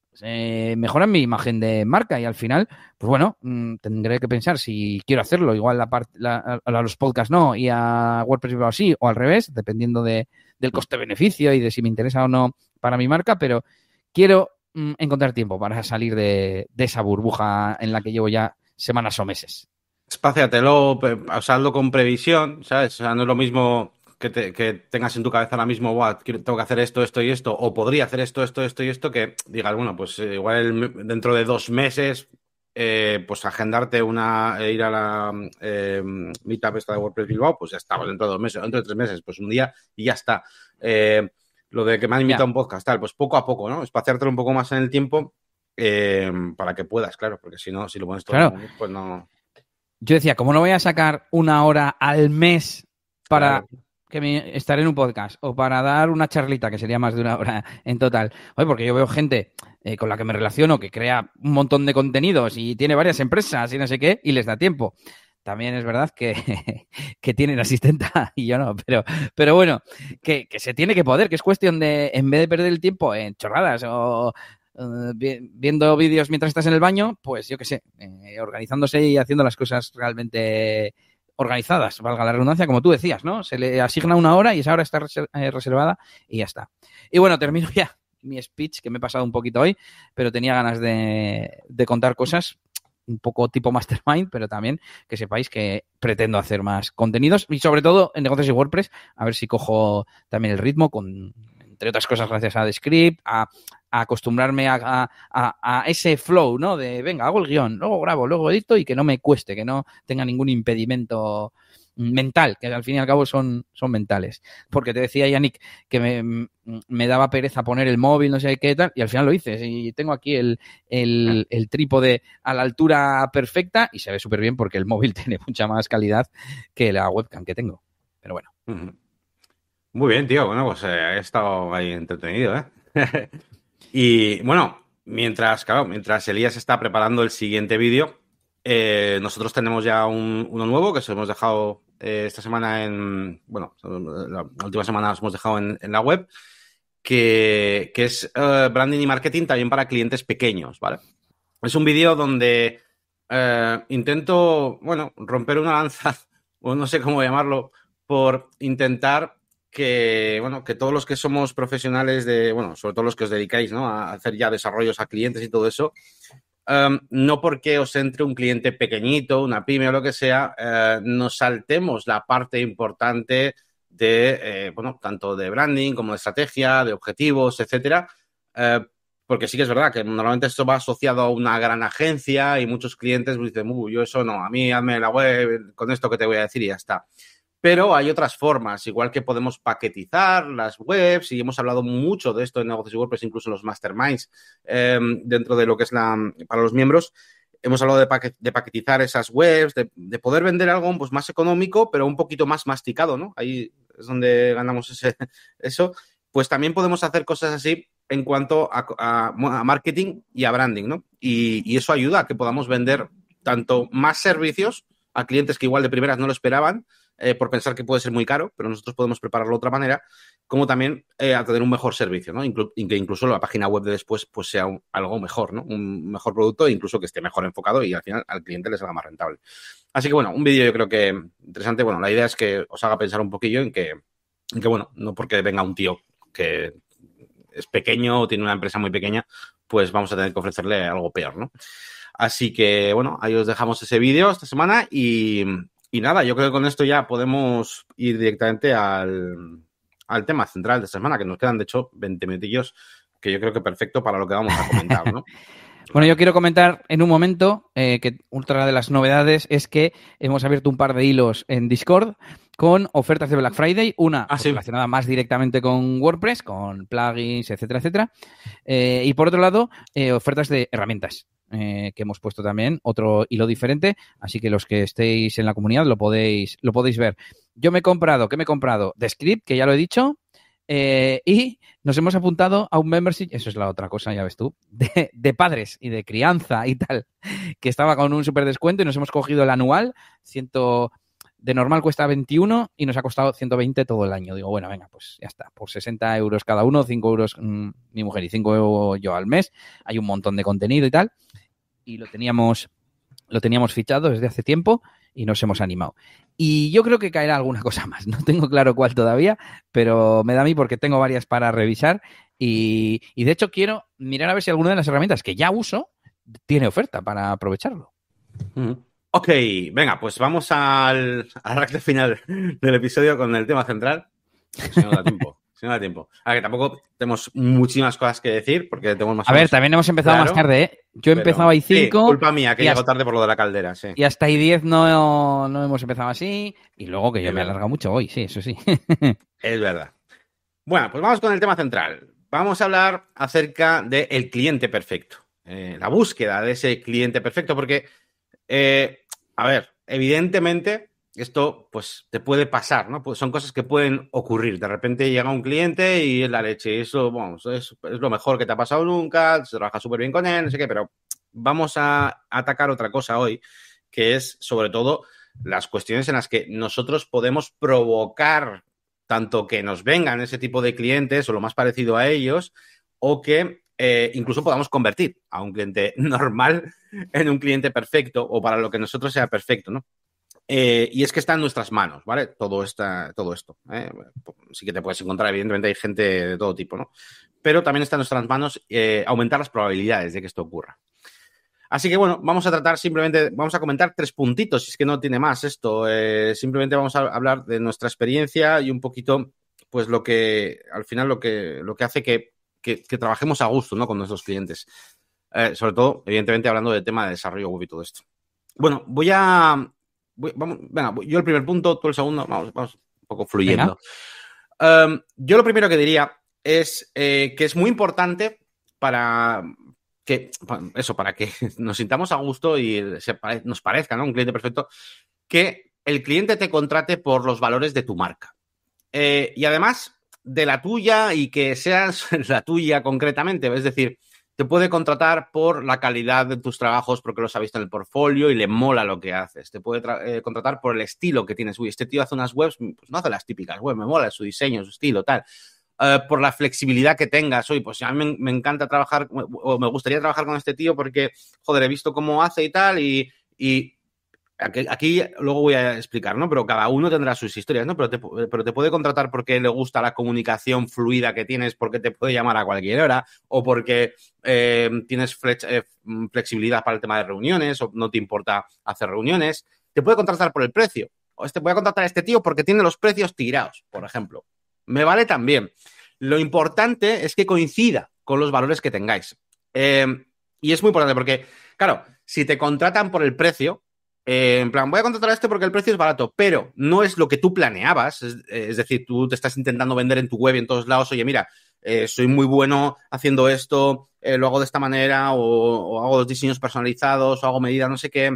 eh, mejoran mi imagen de marca y al final, pues bueno, mmm, tendré que pensar si quiero hacerlo. Igual la parte, la, a, a los podcasts no y a WordPress Bilbao sí, o al revés, dependiendo de, del coste-beneficio y de si me interesa o no para mi marca, pero quiero encontrar tiempo para salir de, de esa burbuja en la que llevo ya semanas o meses. Espáciatelo, hazlo con previsión, ¿sabes? O sea, no es lo mismo que, te, que tengas en tu cabeza ahora mismo, wow, tengo que hacer esto, esto y esto, o podría hacer esto, esto, esto y esto, que digas, bueno, pues eh, igual el, dentro de dos meses, eh, pues agendarte una, eh, ir a la eh, meetup esta de WordPress Bilbao, pues ya está, dentro de dos meses, dentro de tres meses, pues un día y ya está. Eh, Lo de que me han invitado a un podcast, tal, pues poco a poco, ¿no? Espaciártelo un poco más en el tiempo eh, para que puedas, claro, porque si no, si lo pones todo, claro. pues no. Yo decía, ¿cómo no voy a sacar una hora al mes para claro. que me estar en un podcast o para dar una charlita, que sería más de una hora en total? Oye, porque yo veo gente eh, con la que me relaciono que crea un montón de contenidos y tiene varias empresas y no sé qué, y les da tiempo. También es verdad que, que tienen asistenta y yo no, pero, pero bueno, que, que se tiene que poder, que es cuestión de, en vez de perder el tiempo en chorradas o uh, viendo vídeos mientras estás en el baño, pues yo qué sé, eh, organizándose y haciendo las cosas realmente organizadas, valga la redundancia, como tú decías, ¿no? Se le asigna una hora y esa hora está reservada y ya está. Y bueno, termino ya mi speech, que me he pasado un poquito hoy, pero tenía ganas de, de contar cosas un poco tipo mastermind, pero también que sepáis que pretendo hacer más contenidos y sobre todo en negocios y WordPress, a ver si cojo también el ritmo con, entre otras cosas, gracias a Descript, a, a acostumbrarme a, a, a ese flow, ¿no? De, venga, hago el guión, luego grabo, luego edito y que no me cueste, que no tenga ningún impedimento mental, que al fin y al cabo son, son mentales. Porque te decía, Yannick, que me, me daba pereza poner el móvil, no sé qué tal, y al final lo hice. Y tengo aquí el, el, el trípode a la altura perfecta y se ve súper bien porque el móvil tiene mucha más calidad que la webcam que tengo. Pero bueno. Uh-huh. Muy bien, tío. Bueno, pues eh, he estado ahí entretenido, ¿eh? Y bueno, mientras, claro, mientras Elías está preparando el siguiente vídeo, eh, nosotros tenemos ya un, uno nuevo que os hemos dejado eh, esta semana en, bueno, la, la última semana os hemos dejado en, en la web, que, que es uh, branding y marketing también para clientes pequeños, ¿vale? Es un vídeo donde uh, intento, bueno, romper una lanza, o no sé cómo llamarlo, por intentar que, bueno, que todos los que somos profesionales de, bueno, sobre todo los que os dedicáis, ¿no?, a hacer ya desarrollos a clientes y todo eso, um, no porque os entre un cliente pequeñito, una pyme o lo que sea, uh, nos saltemos la parte importante de, eh, bueno, tanto de branding como de estrategia, de objetivos, etcétera, uh, porque sí que es verdad que normalmente esto va asociado a una gran agencia y muchos clientes dicen, uh, yo eso no, a mí hazme la web con esto que te voy a decir y ya está. Pero hay otras formas, igual que podemos paquetizar las webs, y hemos hablado mucho de esto en Negocios y WordPress, incluso en los masterminds, eh, dentro de lo que es la para los miembros. Hemos hablado de, paquet, de paquetizar esas webs, de, de poder vender algo pues, más económico, pero un poquito más masticado, ¿no? Ahí es donde ganamos ese, eso. Pues también podemos hacer cosas así en cuanto a, a, a marketing y a branding, ¿no? Y, y eso ayuda a que podamos vender tanto más servicios a clientes que igual de primeras no lo esperaban, eh, por pensar que puede ser muy caro, pero nosotros podemos prepararlo de otra manera, como también eh, a tener un mejor servicio, ¿no? Inclu- que incluso la página web de después pues sea un, algo mejor, ¿no? Un mejor producto, incluso que esté mejor enfocado y al final al cliente le salga más rentable. Así que, bueno, un vídeo yo creo que interesante. Bueno, la idea es que os haga pensar un poquillo en que, en que bueno, no porque venga un tío que es pequeño o tiene una empresa muy pequeña, pues vamos a tener que ofrecerle algo peor, ¿no? Así que, bueno, ahí os dejamos ese vídeo esta semana y, y nada, yo creo que con esto ya podemos ir directamente al, al tema central de esta semana, que nos quedan, de hecho, veinte minutillos, que yo creo que perfecto para lo que vamos a comentar, ¿no? Bueno, yo quiero comentar en un momento eh, que otra de las novedades es que hemos abierto un par de hilos en Discord con ofertas de Black Friday, una ah, sí. relacionada más directamente con WordPress, con plugins, etcétera, etcétera. Eh, y por otro lado, eh, ofertas de herramientas, eh, que hemos puesto también otro hilo diferente, así que los que estéis en la comunidad lo podéis, lo podéis ver. Yo me he comprado, ¿qué me he comprado? Descript, que ya lo he dicho. Eh, y nos hemos apuntado a un membership, eso es la otra cosa, ya ves tú, de, de padres y de crianza y tal, que estaba con un súper descuento y nos hemos cogido el anual, ciento, de normal cuesta veintiuno y nos ha costado ciento veinte todo el año. Digo, bueno, venga, pues ya está, por sesenta euros cada uno, cinco euros mmm, mi mujer y cinco euros yo al mes, hay un montón de contenido y tal, y lo teníamos, lo teníamos fichado desde hace tiempo y nos hemos animado. Y yo creo que caerá alguna cosa más. No tengo claro cuál todavía, pero me da a mí porque tengo varias para revisar y, y de hecho quiero mirar a ver si alguna de las herramientas que ya uso tiene oferta para aprovecharlo. Mm. Ok, venga, pues vamos al, al recta final del episodio con el tema central. Si no da tiempo. Si no da tiempo. A ver, que tampoco tenemos muchísimas cosas que decir porque tenemos más. A ver, también hemos empezado claro, más tarde, ¿eh? Yo he pero, empezado ahí cinco. Sí, culpa mía, que llego hasta, tarde por lo de la caldera, sí. Y hasta ahí diez no, no hemos empezado así. Y luego que yo es me he verdad. alargado mucho hoy, sí, eso sí. Es verdad. Bueno, pues vamos con el tema central. Vamos a hablar acerca del cliente perfecto. Eh, la búsqueda de ese cliente perfecto, porque, eh, a ver, evidentemente esto pues te puede pasar, ¿no? Pues son cosas que pueden ocurrir. De repente llega un cliente y es la leche. Eso, bueno, es, es lo mejor que te ha pasado nunca, se trabaja súper bien con él, no sé qué, pero vamos a atacar otra cosa hoy, que es sobre todo las cuestiones en las que nosotros podemos provocar tanto que nos vengan ese tipo de clientes o lo más parecido a ellos, o que eh, incluso podamos convertir a un cliente normal en un cliente perfecto o para lo que nosotros sea perfecto, ¿no? Eh, y es que está en nuestras manos, ¿vale? Todo, esta, todo esto. ¿eh? Sí que te puedes encontrar, evidentemente hay gente de todo tipo, ¿no? Pero también está en nuestras manos eh, aumentar las probabilidades de que esto ocurra. Así que, bueno, vamos a tratar simplemente, vamos a comentar tres puntitos, si es que no tiene más esto. Eh, simplemente vamos a hablar de nuestra experiencia y un poquito, pues, lo que, al final, lo que, lo que hace que, que, que trabajemos a gusto, ¿no? Con nuestros clientes. Eh, sobre todo, evidentemente, hablando del tema de desarrollo web y todo esto. Bueno, voy a... Voy, vamos, venga, yo el primer punto, tú el segundo, vamos, vamos un poco fluyendo. Um, yo lo primero que diría es eh, que es muy importante para... que eso, para que nos sintamos a gusto y se pare, nos parezca, ¿no? Un cliente perfecto, que el cliente te contrate por los valores de tu marca. Eh, y además de la tuya y que seas la tuya concretamente. Es decir, te puede contratar por la calidad de tus trabajos porque los ha visto en el portfolio y le mola lo que haces. Te puede eh, contratar por el estilo que tienes. Uy, este tío hace unas webs, pues no hace las típicas webs, me mola su diseño, su estilo, tal. Uh, por la flexibilidad que tengas. Oye, pues a mí me, me encanta trabajar o me gustaría trabajar con este tío porque, joder, he visto cómo hace y tal y, y Aquí, aquí luego voy a explicar, ¿no? Pero cada uno tendrá sus historias, ¿no? Pero te, pero te puede contratar porque le gusta la comunicación fluida que tienes, porque te puede llamar a cualquier hora, o porque eh, tienes flex, eh, flexibilidad para el tema de reuniones, o no te importa hacer reuniones. Te puede contratar por el precio. O este voy a contratar a este tío porque tiene los precios tirados, por ejemplo. Me vale también. Lo importante es que coincida con los valores que tengáis. Eh, y es muy importante porque, claro, si te contratan por el precio, Eh, en plan, voy a contratar a este porque el precio es barato, pero no es lo que tú planeabas. Es, es decir, tú te estás intentando vender en tu web y en todos lados. Oye, mira, eh, soy muy bueno haciendo esto, eh, lo hago de esta manera, o, o hago los diseños personalizados, o hago medidas, no sé qué,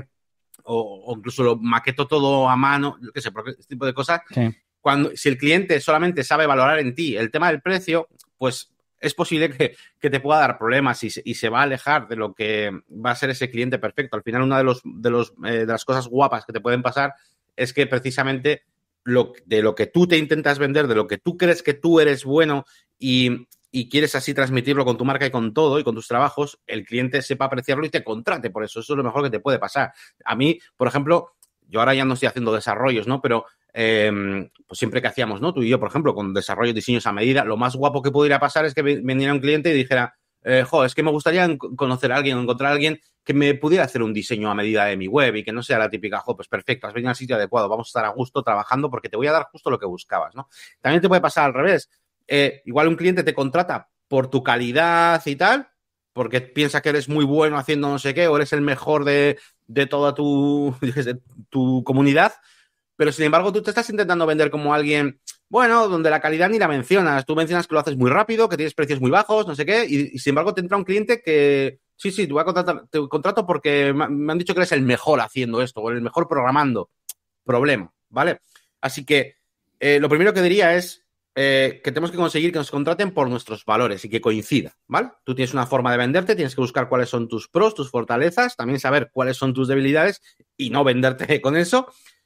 o, o incluso lo maqueto todo a mano, yo qué sé, porque este tipo de cosas. Sí. Cuando, si el cliente solamente sabe valorar en ti el tema del precio, pues es posible que, que te pueda dar problemas y se, y se va a alejar de lo que va a ser ese cliente perfecto. Al final, una de, los, de, los, eh, de las cosas guapas que te pueden pasar es que precisamente lo, de lo que tú te intentas vender, de lo que tú crees que tú eres bueno y, y quieres así transmitirlo con tu marca y con todo y con tus trabajos, el cliente sepa apreciarlo y te contrate por eso. Eso es lo mejor que te puede pasar. A mí, por ejemplo, yo ahora ya no estoy haciendo desarrollos, ¿no? Pero eh, pues siempre que hacíamos, ¿no? Tú y yo, por ejemplo, con desarrollos, diseños a medida, lo más guapo que pudiera pasar es que viniera un cliente y dijera, eh, jo, es que me gustaría conocer a alguien, encontrar a alguien que me pudiera hacer un diseño a medida de mi web y que no sea la típica, jo, pues perfecto, has venido al sitio adecuado, vamos a estar a gusto trabajando porque te voy a dar justo lo que buscabas, ¿no? También te puede pasar al revés. Eh, igual un cliente te contrata por tu calidad y tal, porque piensa que eres muy bueno haciendo no sé qué, o eres el mejor de, de toda tu, de tu comunidad, pero sin embargo tú te estás intentando vender como alguien, bueno, donde la calidad ni la mencionas. Tú mencionas que lo haces muy rápido, que tienes precios muy bajos, no sé qué, y, y sin embargo te entra un cliente que, sí, sí, te voy a contratar, te contrato porque me han dicho que eres el mejor haciendo esto, o el mejor programando. Problema, ¿vale? Así que eh, lo primero que diría es Eh, que tenemos que conseguir que nos contraten por nuestros valores y que coincida, ¿vale? Tú tienes una forma de venderte, tienes que buscar cuáles son tus pros, tus fortalezas, también saber cuáles son tus debilidades y no venderte con eso.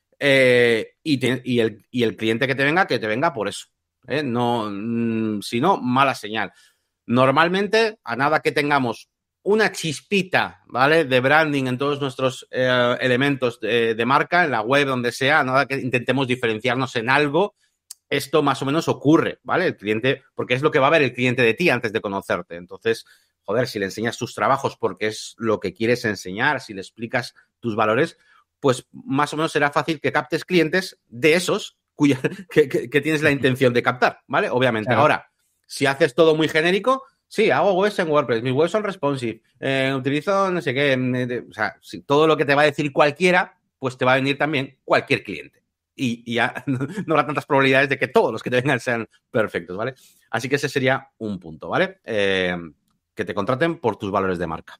Eh, y, te, y, el, y el cliente que te venga, que te venga por eso. ¿eh? No, mmm, si no, mala señal. Normalmente, a nada que tengamos una chispita, ¿vale? De branding en todos nuestros eh, elementos de, de marca, en la web, donde sea, a nada que intentemos diferenciarnos en algo, esto más o menos ocurre, ¿vale? El cliente, porque es lo que va a ver el cliente de ti antes de conocerte. Entonces, joder, si le enseñas tus trabajos porque es lo que quieres enseñar, si le explicas tus valores, pues más o menos será fácil que captes clientes de esos cuya, que, que, que tienes la intención de captar, ¿vale? Obviamente. Claro. Ahora, si haces todo muy genérico, sí, hago webs en WordPress, mis webs son responsive, eh, utilizo no sé qué, eh, o sea, si todo lo que te va a decir cualquiera, pues te va a venir también cualquier cliente. Y, y ya no, no habrá tantas probabilidades de que todos los que te vengan sean perfectos, ¿vale? Así que ese sería un punto, ¿vale? Eh, que te contraten por tus valores de marca.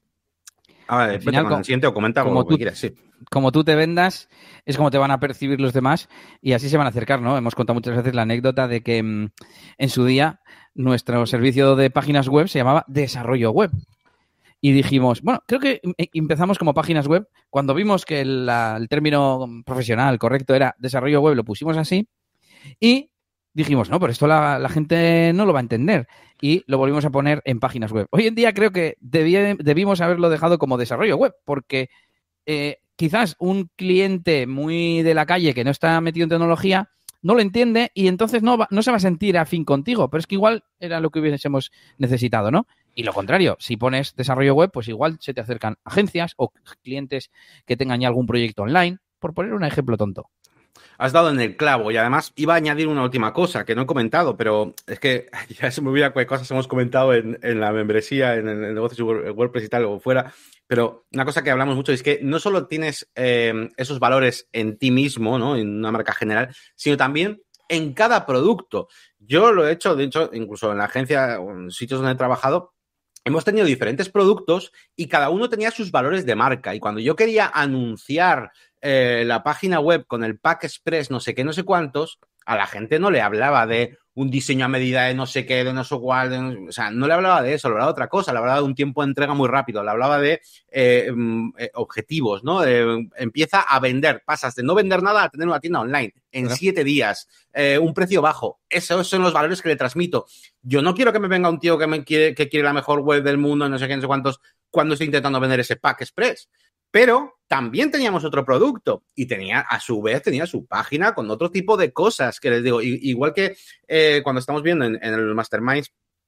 A ver, vete con el siguiente o comenta como lo que tú, quieras, sí. Como tú te vendas, es como te van a percibir los demás y así se van a acercar, ¿no? Hemos contado muchas veces la anécdota de que mmm, en su día nuestro servicio de páginas web se llamaba Desarrollo Web. Y dijimos, bueno, creo que empezamos como páginas web. Cuando vimos que el, el término profesional correcto era desarrollo web, lo pusimos así. Y dijimos, no, pero esto la, la gente no lo va a entender. Y lo volvimos a poner en páginas web. Hoy en día creo que debí, debimos haberlo dejado como desarrollo web, porque eh, quizás un cliente muy de la calle que no está metido en tecnología no lo entiende y entonces no, va, no se va a sentir afín contigo. Pero es que igual era lo que hubiésemos necesitado, ¿no? Y lo contrario, si pones desarrollo web, pues igual se te acercan agencias o clientes que tengan ya algún proyecto online, por poner un ejemplo tonto. Has dado en el clavo y además iba a añadir una última cosa que no he comentado, pero es que ya se me olvida qué cosas hemos comentado en, en la membresía, en el negocio de WordPress y tal, o fuera, pero una cosa que hablamos mucho es que no solo tienes eh, esos valores en ti mismo, ¿no? En una marca general, sino también en cada producto. Yo lo he hecho, de hecho, incluso en la agencia o en sitios donde he trabajado, hemos tenido diferentes productos y cada uno tenía sus valores de marca. Y cuando yo quería anunciar eh, la página web con el Pack Express, no sé qué, no sé cuántos, a la gente no le hablaba de un diseño a medida de no sé qué, de no sé cuál, de no, o sea, no le hablaba de eso, le hablaba de otra cosa, le hablaba de un tiempo de entrega muy rápido, le hablaba de eh, eh, objetivos, ¿no? Eh, empieza a vender, pasas de no vender nada a tener una tienda online en ¿no? siete días, eh, un precio bajo. Esos son los valores que le transmito. Yo no quiero que me venga un tío que me quiere, que quiere la mejor web del mundo, no sé qué, no sé cuántos, cuando estoy intentando vender ese Pack Express. Pero también teníamos otro producto y tenía, a su vez, tenía su página con otro tipo de cosas que les digo, igual que eh, cuando estamos viendo en, en el Mastermind,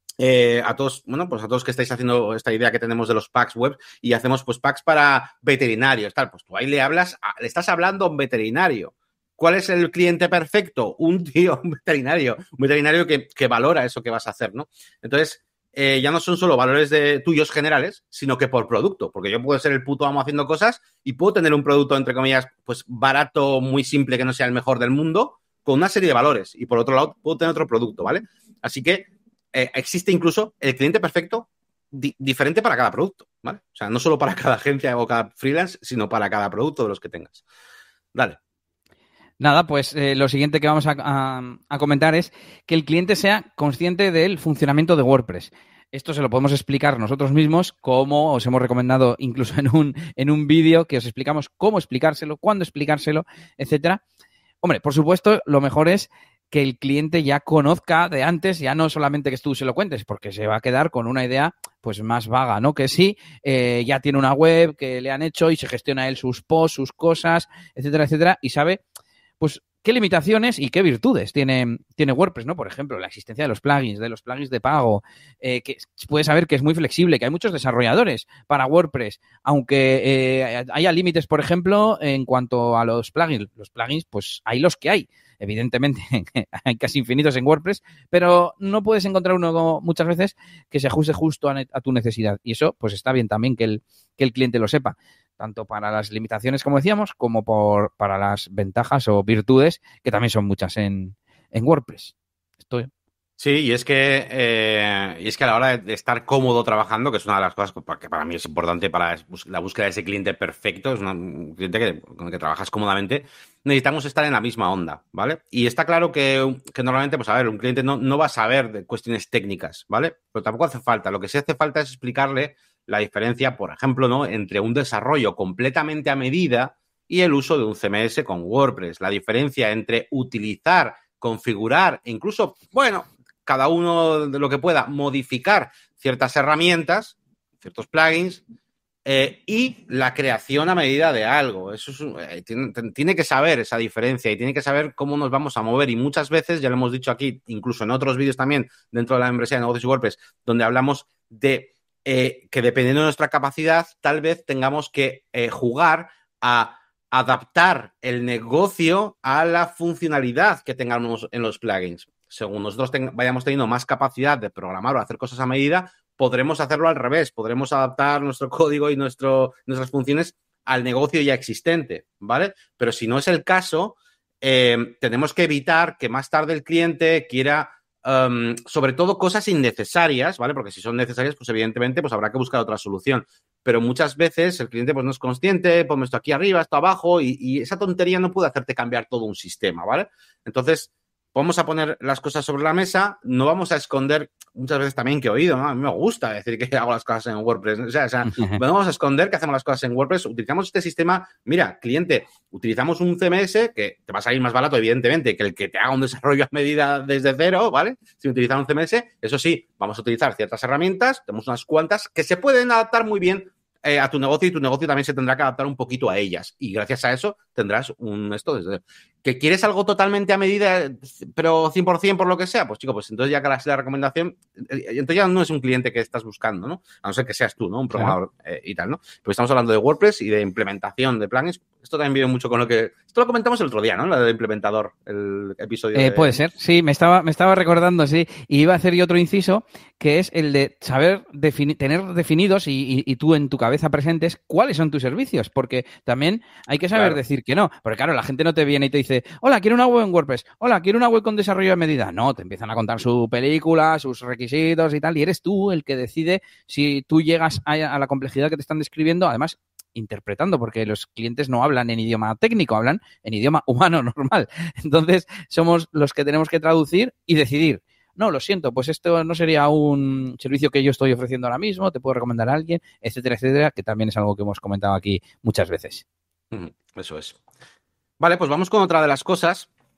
eh, a todos, bueno, pues a todos que estáis haciendo esta idea que tenemos de los packs web y hacemos pues packs para veterinarios, tal, pues tú ahí le hablas, a, le estás hablando a un veterinario. ¿Cuál es el cliente perfecto? Un tío, un veterinario, un veterinario que, que valora eso que vas a hacer, ¿no? Entonces, Eh, ya no son solo valores de tuyos generales, sino que por producto, porque yo puedo ser el puto amo haciendo cosas y puedo tener un producto, entre comillas, pues barato, muy simple, que no sea el mejor del mundo, con una serie de valores, y por otro lado puedo tener otro producto, ¿vale? Así que eh, existe incluso el cliente perfecto di- diferente para cada producto, ¿vale? O sea, no solo para cada agencia o cada freelance, sino para cada producto de los que tengas. Dale. Nada, pues eh, lo siguiente que vamos a, a, a comentar es que el cliente sea consciente del funcionamiento de WordPress. Esto se lo podemos explicar nosotros mismos, como os hemos recomendado incluso en un, en un vídeo que os explicamos cómo explicárselo, cuándo explicárselo, etcétera. Hombre, por supuesto, lo mejor es que el cliente ya conozca de antes, ya no solamente que tú se lo cuentes, porque se va a quedar con una idea pues más vaga, ¿no? Que sí, eh, ya tiene una web que le han hecho y se gestiona él sus posts, sus cosas, etcétera, etcétera, y sabe pues qué limitaciones y qué virtudes tiene, tiene WordPress, ¿no? Por ejemplo, la existencia de los plugins, de los plugins de pago, eh, que puedes saber que es muy flexible, que hay muchos desarrolladores para WordPress, aunque eh, haya límites, por ejemplo, en cuanto a los plugins. Los plugins, pues hay los que hay. Evidentemente, hay casi infinitos en WordPress, pero no puedes encontrar uno muchas veces que se ajuste justo a, a tu necesidad. Y eso, pues está bien también que el, que el cliente lo sepa, tanto para las limitaciones, como decíamos, como por, para las ventajas o virtudes, que también son muchas en, en WordPress. Esto... Sí, y es que eh, y es que a la hora de estar cómodo trabajando, que es una de las cosas que para mí es importante para la búsqueda de ese cliente perfecto, es una, un cliente que, con el que trabajas cómodamente, necesitamos estar en la misma onda, ¿vale? Y está claro que, que normalmente, pues a ver, un cliente no, no va a saber de cuestiones técnicas, ¿vale? Pero tampoco hace falta. Lo que sí hace falta es explicarle la diferencia, por ejemplo, ¿no?, entre un desarrollo completamente a medida y el uso de un C M S con WordPress. La diferencia entre utilizar, configurar e incluso, bueno, cada uno de lo que pueda, modificar ciertas herramientas, ciertos plugins, eh, y la creación a medida de algo. Eso es, eh, tiene, tiene que saber esa diferencia y tiene que saber cómo nos vamos a mover. Y muchas veces, ya lo hemos dicho aquí, incluso en otros vídeos también, dentro de la membresía de negocios y WordPress, donde hablamos de eh, que dependiendo de nuestra capacidad, tal vez tengamos que eh, jugar a adaptar el negocio a la funcionalidad que tengamos en los plugins. Según nosotros ten- vayamos teniendo más capacidad de programar o hacer cosas a medida, podremos hacerlo al revés, podremos adaptar nuestro código y nuestro, nuestras funciones al negocio ya existente, ¿vale? Pero si no es el caso, eh, tenemos que evitar que más tarde el cliente quiera, um, sobre todo, cosas innecesarias, ¿vale? Porque si son necesarias, pues evidentemente pues habrá que buscar otra solución. Pero muchas veces el cliente pues no es consciente, ponme esto aquí arriba, esto abajo, y, y esa tontería no puede hacerte cambiar todo un sistema, ¿vale? Entonces, vamos a poner las cosas sobre la mesa, no vamos a esconder, muchas veces también que he oído, ¿no? A mí me gusta decir que hago las cosas en WordPress, o sea, o sea no vamos a esconder que hacemos las cosas en WordPress, utilizamos este sistema, mira, cliente, utilizamos un C M S que te va a salir más barato, evidentemente, que el que te haga un desarrollo a medida desde cero, ¿vale? Si utilizamos un C M S, eso sí, vamos a utilizar ciertas herramientas, tenemos unas cuantas que se pueden adaptar muy bien Eh, a tu negocio y tu negocio también se tendrá que adaptar un poquito a ellas. Y gracias a eso tendrás un esto desde... ¿Que quieres algo totalmente a medida, pero cien por ciento por lo que sea? Pues chico, pues entonces ya que la recomendación, entonces ya no es un cliente que estás buscando, ¿no? A no ser que seas tú, ¿no? Un programador, claro. eh, y tal, ¿no? Pues estamos hablando de WordPress y de implementación de plugins. Esto también viene mucho con lo que... Esto lo comentamos el otro día, ¿no? La del implementador, el episodio eh, de... Puede ser, sí, me estaba, me estaba recordando, sí. Y iba a hacer yo otro inciso, que es el de saber defini- tener definidos y, y, y tú en tu cabeza presentes cuáles son tus servicios, porque también hay que saber claro. decir que no. Porque claro, la gente no te viene y te dice, hola, quiero una web en WordPress, hola, quiero una web con desarrollo a medida. No, te empiezan a contar su película, sus requisitos y tal, y eres tú el que decide si tú llegas a, a la complejidad que te están describiendo, además interpretando, porque los clientes no hablan en idioma técnico, hablan en idioma humano normal. Entonces, somos los que tenemos que traducir y decidir. No, lo siento, pues esto no sería un servicio que yo estoy ofreciendo ahora mismo, te puedo recomendar a alguien, etcétera, etcétera, que también es algo que hemos comentado aquí muchas veces. Eso es. Vale, pues vamos con otra de las cosas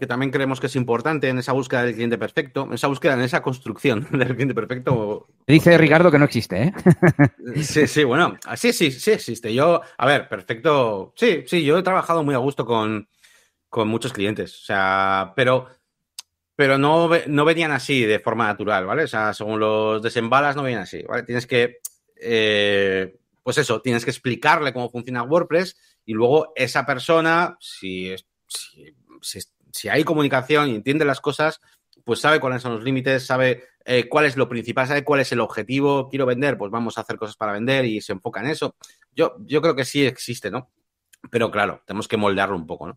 que también creemos que es importante en esa búsqueda del cliente perfecto, en esa búsqueda, en esa construcción del cliente perfecto. Dice Ricardo que no existe, ¿eh? Sí, sí, bueno, sí, sí, sí existe. Yo, a ver, perfecto. Sí, sí, yo he trabajado muy a gusto con, con muchos clientes, o sea, pero, pero no, no venían así de forma natural, ¿vale? O sea, según los desembalas no venían así, ¿vale? Tienes que, eh, pues eso, tienes que explicarle cómo funciona WordPress y luego esa persona, si, si, si, si hay comunicación y entiende las cosas, pues sabe cuáles son los límites, sabe eh, cuál es lo principal, sabe cuál es el objetivo. Quiero vender, pues vamos a hacer cosas para vender y se enfoca en eso. Yo, yo creo que sí existe, ¿no? Pero claro, tenemos que moldearlo un poco, ¿no?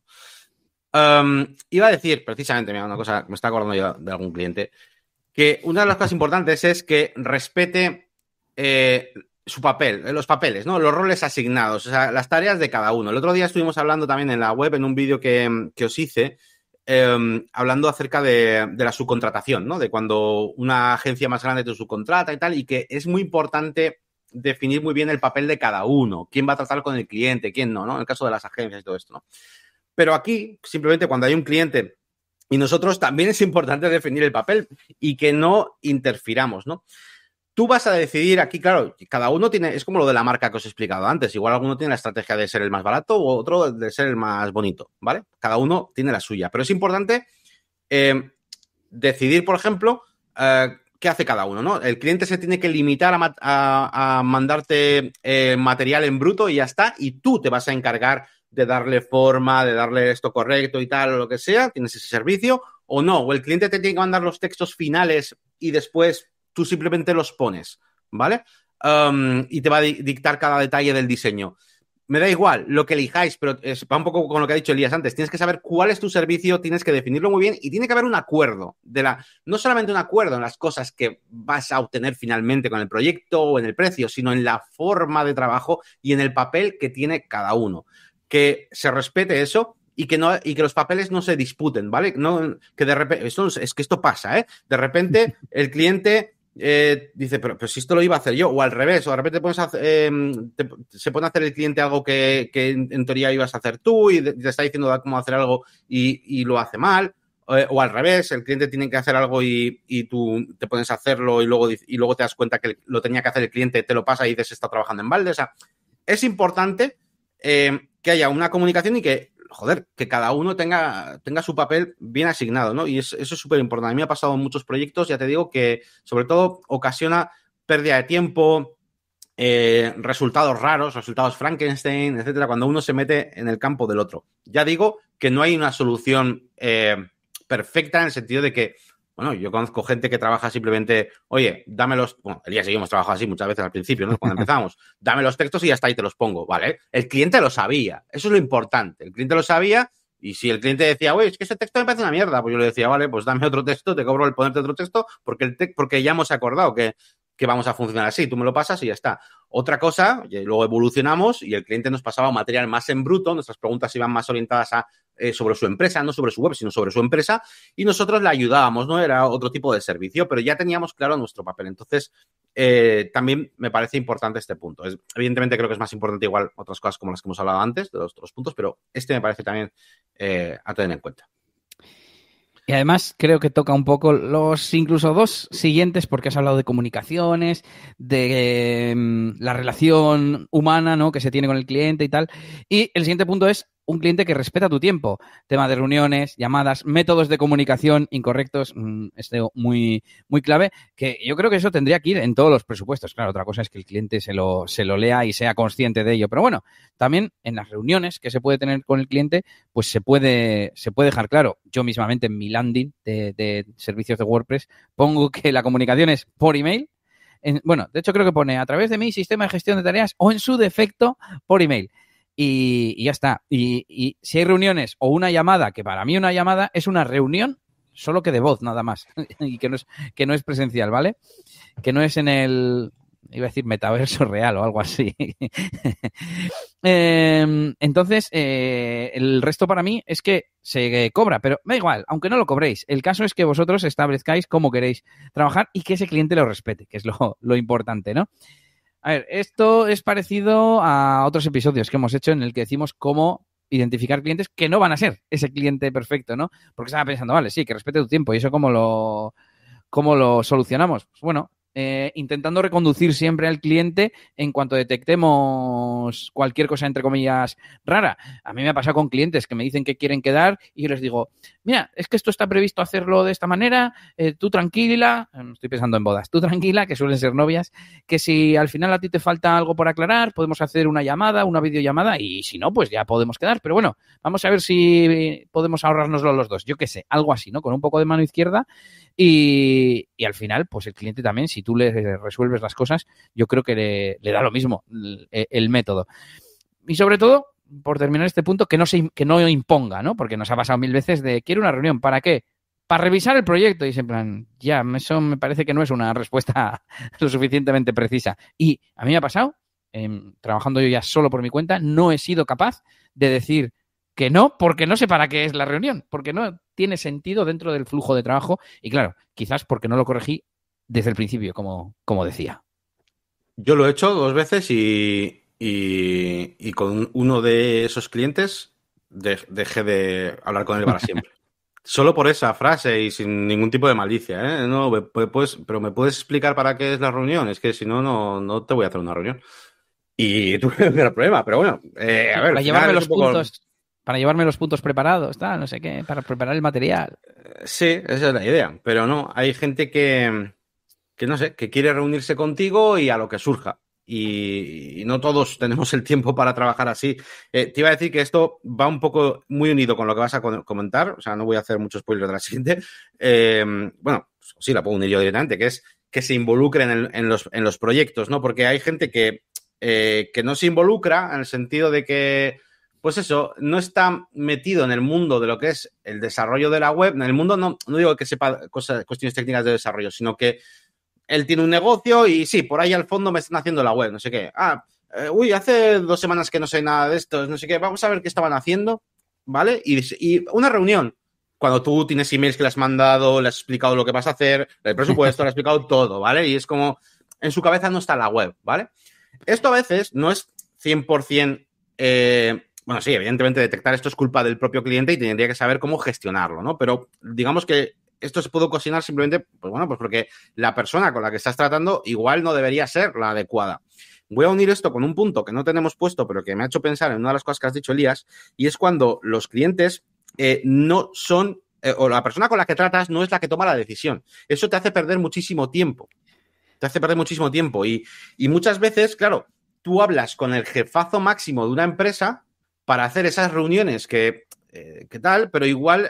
Um, iba a decir, precisamente, mira, una cosa, me está acordando yo de algún cliente, que una de las cosas importantes es que respete eh, su papel, los papeles, ¿no? Los roles asignados, o sea, las tareas de cada uno. El otro día estuvimos hablando también en la web, en un vídeo que, que os hice, eh, hablando acerca de, de la subcontratación, ¿no? De cuando una agencia más grande te subcontrata y tal, y que es muy importante definir muy bien el papel de cada uno, quién va a tratar con el cliente, quién no, ¿no? En el caso de las agencias y todo esto, ¿no? Pero aquí, simplemente cuando hay un cliente y nosotros, también es importante definir el papel y que no interfiramos, ¿no? Tú vas a decidir aquí, claro, cada uno tiene, es como lo de la marca que os he explicado antes, igual alguno tiene la estrategia de ser el más barato o otro de ser el más bonito, ¿vale? Cada uno tiene la suya, pero es importante eh, decidir, por ejemplo, eh, qué hace cada uno, ¿no? El cliente se tiene que limitar a, a, a mandarte eh, material en bruto y ya está, y tú te vas a encargar de darle forma, de darle esto correcto y tal, o lo que sea, tienes ese servicio, o no, o el cliente te tiene que mandar los textos finales y después tú simplemente los pones, ¿vale? Um, y te va a dictar cada detalle del diseño. Me da igual lo que elijáis, pero es, va un poco con lo que ha dicho Elías antes. Tienes que saber cuál es tu servicio, tienes que definirlo muy bien y tiene que haber un acuerdo de la, no solamente un acuerdo en las cosas que vas a obtener finalmente con el proyecto o en el precio, sino en la forma de trabajo y en el papel que tiene cada uno. Que se respete eso y que no y que los papeles no se disputen, ¿vale? No, que de repente, esto es que esto pasa, ¿eh? De repente el cliente eh, dice, pero, pero si esto lo iba a hacer yo, o al revés, o de repente pones a, eh, te, se pone a hacer el cliente algo que, que en, en teoría ibas a hacer tú y te está diciendo cómo hacer algo y, y lo hace mal. Eh, o al revés, el cliente tiene que hacer algo y, y tú te pones a hacerlo y luego, y luego te das cuenta que lo tenía que hacer el cliente, te lo pasa y dices, está trabajando en balde. O sea, es importante eh, que haya una comunicación y que, joder, que cada uno tenga, tenga su papel bien asignado, ¿no? Y es, eso es súper importante. A mí me ha pasado en muchos proyectos, ya te digo, que sobre todo ocasiona pérdida de tiempo, eh, resultados raros, resultados Frankenstein, etcétera, cuando uno se mete en el campo del otro. Ya digo que no hay una solución eh, perfecta en el sentido de que, bueno, yo conozco gente que trabaja simplemente, oye, dame los, bueno, Elías y yo hemos trabajado así muchas veces al principio, ¿no? Cuando empezamos, dame los textos y ya está, ahí te los pongo, ¿vale? El cliente lo sabía, eso es lo importante, el cliente lo sabía y si el cliente decía, oye, es que ese texto me parece una mierda, pues yo le decía, vale, pues dame otro texto, te cobro el ponerte otro texto porque, el te porque ya hemos acordado que, que vamos a funcionar así, tú me lo pasas y ya está. Otra cosa, y luego evolucionamos y el cliente nos pasaba material más en bruto, nuestras preguntas iban más orientadas a eh, sobre su empresa, no sobre su web, sino sobre su empresa, y nosotros le ayudábamos, ¿no? Era otro tipo de servicio, pero ya teníamos claro nuestro papel. Entonces, eh, también me parece importante este punto. Es, evidentemente creo que es más importante igual otras cosas como las que hemos hablado antes, de los otros puntos, pero este me parece también eh, a tener en cuenta. Y además creo que toca un poco los incluso dos siguientes, porque has hablado de comunicaciones, de eh, la relación humana, ¿no?, que se tiene con el cliente y tal. Y el siguiente punto es un cliente que respeta tu tiempo. Tema de reuniones, llamadas, métodos de comunicación incorrectos, mmm, este muy, muy clave, que yo creo que eso tendría que ir en todos los presupuestos. Claro, otra cosa es que el cliente se lo, se lo lea y sea consciente de ello. Pero bueno, también en las reuniones que se puede tener con el cliente, pues se puede, se puede dejar claro. Yo mismamente en mi landing de, de servicios de WordPress pongo que la comunicación es por email. En, bueno, de hecho creo que pone a través de mi sistema de gestión de tareas o en su defecto por email. Y, y ya está. Y, y si hay reuniones o una llamada, que para mí una llamada es una reunión, solo que de voz, nada más. Y que no es, que no es presencial, ¿vale? Que no es en el, iba a decir metaverso real o algo así. eh, entonces, eh, el resto para mí es que se cobra, pero da igual, aunque no lo cobréis. El caso es que vosotros establezcáis cómo queréis trabajar y que ese cliente lo respete, que es lo, lo importante, ¿no? A ver, esto es parecido a otros episodios que hemos hecho en el que decimos cómo identificar clientes que no van a ser ese cliente perfecto, ¿no? Porque estaba pensando, vale, sí, que respete tu tiempo. ¿Y eso cómo lo, cómo lo solucionamos? Pues bueno, eh, intentando reconducir siempre al cliente en cuanto detectemos cualquier cosa, entre comillas, rara. A mí me ha pasado con clientes que me dicen que quieren quedar y yo les digo, mira, es que esto está previsto hacerlo de esta manera, eh, tú tranquila, estoy pensando en bodas, tú tranquila, que suelen ser novias, que si al final a ti te falta algo por aclarar, podemos hacer una llamada, una videollamada y si no, pues ya podemos quedar. Pero bueno, vamos a ver si podemos ahorrárnoslo los dos. Yo qué sé, algo así, ¿no? Con un poco de mano izquierda y, y al final, pues el cliente también, si tú le resuelves las cosas, yo creo que le, le da lo mismo el, el método. Y sobre todo, por terminar este punto, que no se que no imponga, ¿no? Porque nos ha pasado mil veces de, quiero una reunión, ¿para qué? Para revisar el proyecto. Y es en plan, ya, eso me parece que no es una respuesta lo suficientemente precisa. Y a mí me ha pasado, eh, trabajando yo ya solo por mi cuenta, no he sido capaz de decir que no, porque no sé para qué es la reunión, porque no tiene sentido dentro del flujo de trabajo. Y claro, quizás porque no lo corregí desde el principio, como, como decía. Yo lo he hecho dos veces y, y, y con uno de esos clientes de, dejé de hablar con él para siempre. Solo por esa frase y sin ningún tipo de malicia, ¿eh? No, me puedes, pero ¿me puedes explicar para qué es la reunión? Es que si no, no, no te voy a hacer una reunión. Y tuve el problema, pero bueno, eh, a ver, para llevarme los poco... puntos, para llevarme los puntos preparados, tal, no sé qué, para preparar el material. Sí, esa es la idea, pero no, hay gente que, que no sé, que quiere reunirse contigo y a lo que surja. Y, y no todos tenemos el tiempo para trabajar así. Eh, te iba a decir que esto va un poco muy unido con lo que vas a comentar, o sea, no voy a hacer muchos spoilers de la siguiente. Eh, bueno, sí, la puedo unir yo directamente, que es que se involucren en, en, los, en los proyectos, ¿no? Porque hay gente que, eh, que no se involucra en el sentido de que, pues eso, no está metido en el mundo de lo que es el desarrollo de la web. En el mundo no, no digo que sepa cosas, cuestiones técnicas de desarrollo, sino que él tiene un negocio y sí, por ahí al fondo me están haciendo la web, no sé qué. Ah, eh, uy, hace dos semanas que no sé nada de esto, no sé qué. Vamos a ver qué estaban haciendo, ¿vale? Y, y una reunión. Cuando tú tienes emails que le has mandado, le has explicado lo que vas a hacer, el presupuesto, le has explicado todo, ¿vale? Y es como, en su cabeza no está la web, ¿vale? Esto a veces no es cien por ciento... Eh, bueno, sí, evidentemente detectar esto es culpa del propio cliente y tendría que saber cómo gestionarlo, ¿no? Pero digamos que esto se puede ocasionar simplemente, pues bueno, pues porque la persona con la que estás tratando igual no debería ser la adecuada. Voy a unir esto con un punto que no tenemos puesto, pero que me ha hecho pensar en una de las cosas que has dicho, Elías, y es cuando los clientes eh, no son, eh, o la persona con la que tratas no es la que toma la decisión. Eso te hace perder muchísimo tiempo. Te hace perder muchísimo tiempo. Y, y muchas veces, claro, tú hablas con el jefazo máximo de una empresa para hacer esas reuniones que, eh, que tal, pero igual...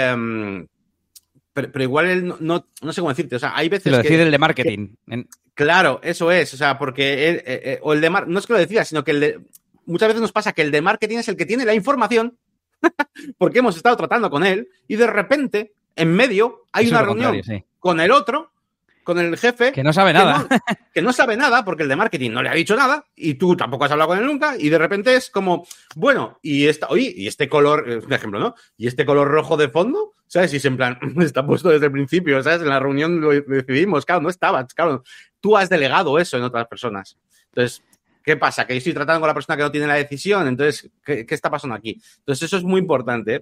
Eh, Pero, pero igual él no, no, no sé cómo decirte, o sea, hay veces lo que... decide el de marketing. Que, claro, eso es, o sea, porque él, eh, eh, o el de mar, no es que lo decida, sino que el de, muchas veces nos pasa que el de marketing es el que tiene la información, porque hemos estado tratando con él, y de repente, en medio, hay eso una reunión sí. con el otro, con el jefe... Que no sabe que nada. No, que no sabe nada, porque el de marketing no le ha dicho nada, y tú tampoco has hablado con él nunca, y de repente es como, bueno, y esta, oye, y este color, un ejemplo, ¿no? Y este color rojo de fondo, ¿sabes? Y es en plan, está puesto desde el principio, ¿sabes? En la reunión lo decidimos, claro, no estaba, claro. Tú has delegado eso en otras personas. Entonces, ¿qué pasa? Que yo estoy tratando con la persona que no tiene la decisión, entonces, ¿qué, qué está pasando aquí? Entonces, eso es muy importante,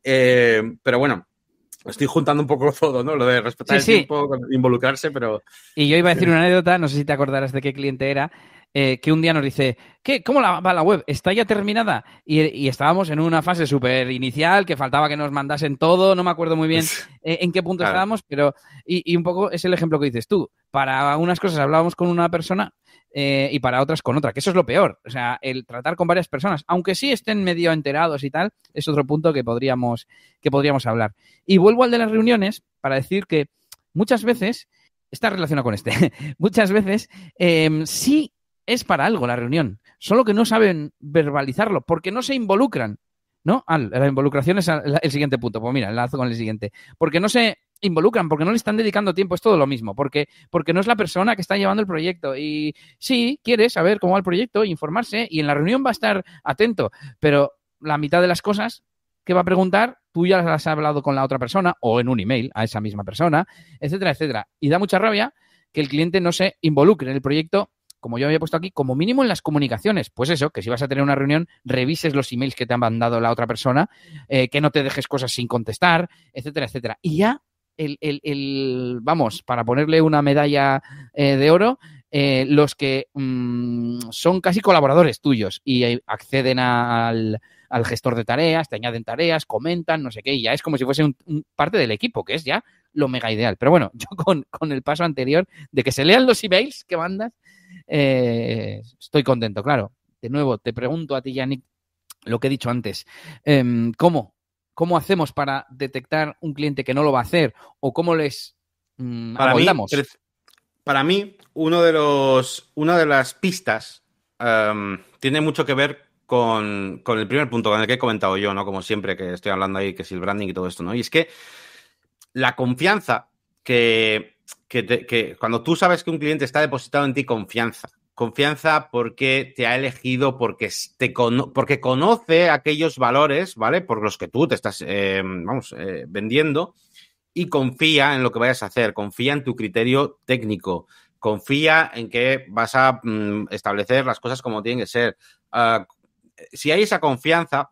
eh, pero bueno, estoy juntando un poco todo, ¿no? Lo de respetar sí, el sí. tiempo, involucrarse, pero... Y yo iba a decir una anécdota, no sé si te acordarás de qué cliente era, eh, que un día nos dice, ¿qué? ¿Cómo la, va la web? ¿Está ya terminada? Y, y estábamos en una fase súper inicial, que faltaba que nos mandasen todo, no me acuerdo muy bien eh, en qué punto claro. estábamos, pero... Y, y un poco es el ejemplo que dices tú. Para unas cosas hablábamos con una persona eh, y para otras con otra, que eso es lo peor. O sea, el tratar con varias personas, aunque sí estén medio enterados y tal, es otro punto que podríamos, que podríamos hablar. Y vuelvo al de las reuniones para decir que muchas veces, está relacionado con este, muchas veces eh, sí es para algo la reunión, solo que no saben verbalizarlo, porque no se involucran, ¿no? Ah, la involucración es el siguiente punto, pues mira, enlazo con el siguiente, porque no se involucran, porque no le están dedicando tiempo, es todo lo mismo, porque, porque no es la persona que está llevando el proyecto y sí, quiere saber cómo va el proyecto, informarse y en la reunión va a estar atento, pero la mitad de las cosas que va a preguntar, tú ya las has hablado con la otra persona o en un email a esa misma persona, etcétera, etcétera. Y da mucha rabia que el cliente no se involucre en el proyecto como yo había puesto aquí, como mínimo en las comunicaciones. Pues eso, que si vas a tener una reunión, revises los emails que te han mandado la otra persona, eh, que no te dejes cosas sin contestar, etcétera, etcétera. Y ya, el, el, el vamos, para ponerle una medalla eh, de oro, eh, los que mmm, son casi colaboradores tuyos y eh, acceden a, al, al gestor de tareas, te añaden tareas, comentan, no sé qué, y ya es como si fuese un, un parte del equipo, que es ya lo mega ideal. Pero bueno, yo con, con el paso anterior de que se lean los emails que mandas, eh, estoy contento, claro. De nuevo, te pregunto a ti, Yannick, lo que he dicho antes. Eh, ¿Cómo? ¿Cómo hacemos para detectar un cliente que no lo va a hacer? ¿O cómo les mmm, para abordamos? Mí, para mí, uno de los, una de las pistas um, tiene mucho que ver con, con el primer punto con el que he comentado yo, ¿no? Como siempre que estoy hablando ahí, que es el branding y todo esto, ¿no? Y es que la confianza que, que, te, que cuando tú sabes que un cliente está depositado en ti, confianza. Confianza porque te ha elegido, porque, te cono porque conoce aquellos valores, ¿vale? Por los que tú te estás, eh, vamos, eh, vendiendo y confía en lo que vayas a hacer, confía en tu criterio técnico, confía en que vas a mm, establecer las cosas como tienen que ser. Uh, si hay esa confianza,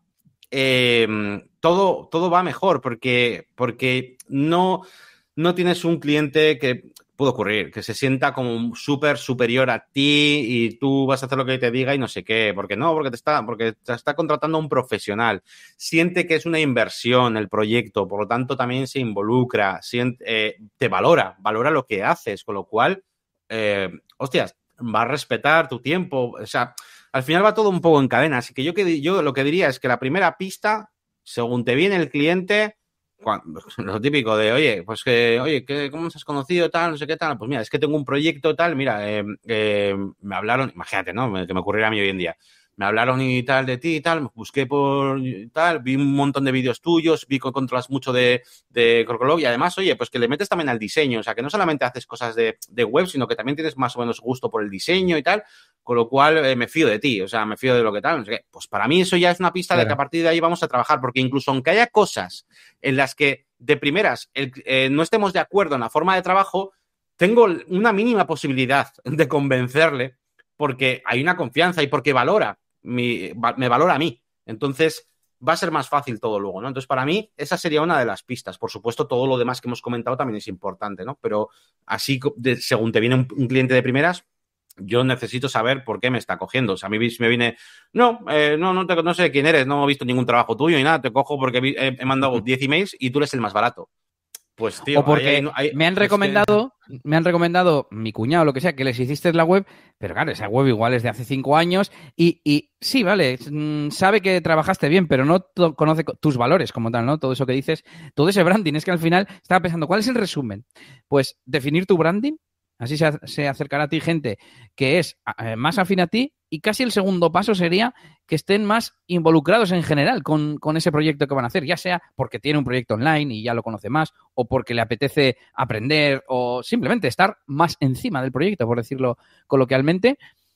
eh, todo, todo va mejor porque, porque no, no tienes un cliente que puede ocurrir, que se sienta como súper superior a ti y tú vas a hacer lo que te diga y no sé qué. ¿Por qué no? Porque te está, porque te está contratando a un profesional. Siente que es una inversión el proyecto, por lo tanto también se involucra, siente, eh, te valora, valora lo que haces, con lo cual, eh, hostias, va a respetar tu tiempo. O sea, al final va todo un poco en cadena. Así que yo, que yo lo que diría es que la primera pista, según te viene el cliente, cuando, lo típico de, oye, pues que, oye, ¿qué, ¿cómo nos has conocido? Tal, no sé qué tal. Pues mira, es que tengo un proyecto tal, mira, eh, eh, me hablaron, imagínate, ¿no? Que me ocurriera a mí hoy en día. Me hablaron y tal de ti y tal, me busqué por tal, vi un montón de vídeos tuyos, vi que controlas mucho de, de Corcolog y además, oye, pues que le metes también al diseño, o sea, que no solamente haces cosas de, de web, sino que también tienes más o menos gusto por el diseño y tal, con lo cual eh, me fío de ti, o sea, me fío de lo que tal, no sé qué. Pues para mí eso ya es una pista claro. de que a partir de ahí vamos a trabajar, porque incluso aunque haya cosas en las que de primeras el, eh, no estemos de acuerdo en la forma de trabajo, tengo una mínima posibilidad de convencerle porque hay una confianza y porque valora, mi, me valora a mí. Entonces va a ser más fácil todo luego, ¿no? Entonces para mí esa sería una de las pistas. Por supuesto, todo lo demás que hemos comentado también es importante, ¿no? Pero así, de, según te viene un, un cliente de primeras, yo necesito saber por qué me está cogiendo. O sea, a mí me viene, no, eh, no, no, te, no sé quién eres, no he visto ningún trabajo tuyo y nada, te cojo porque he, he mandado diez emails y tú eres el más barato. Pues, tío, o porque ahí, ahí, ahí, me han recomendado, es que... me han recomendado mi cuñado o lo que sea, que les hiciste la web, pero claro, esa web igual es de hace cinco años y, y sí, vale, sabe que trabajaste bien, pero no conoce tus valores como tal, ¿no? Todo eso que dices, todo ese branding, es que al final estaba pensando, ¿cuál es el resumen? Pues definir tu branding, así se, se acercará a ti gente que es eh, más afín a ti y casi el segundo paso sería que estén más involucrados en general con, con ese proyecto que van a hacer, ya sea porque tiene un proyecto online y ya lo conoce más o porque le apetece aprender o simplemente estar más encima del proyecto, por decirlo coloquialmente.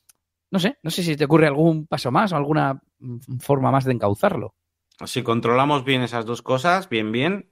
No sé, no sé si te ocurre algún paso más o alguna forma más de encauzarlo. Si controlamos bien esas dos cosas, bien, bien,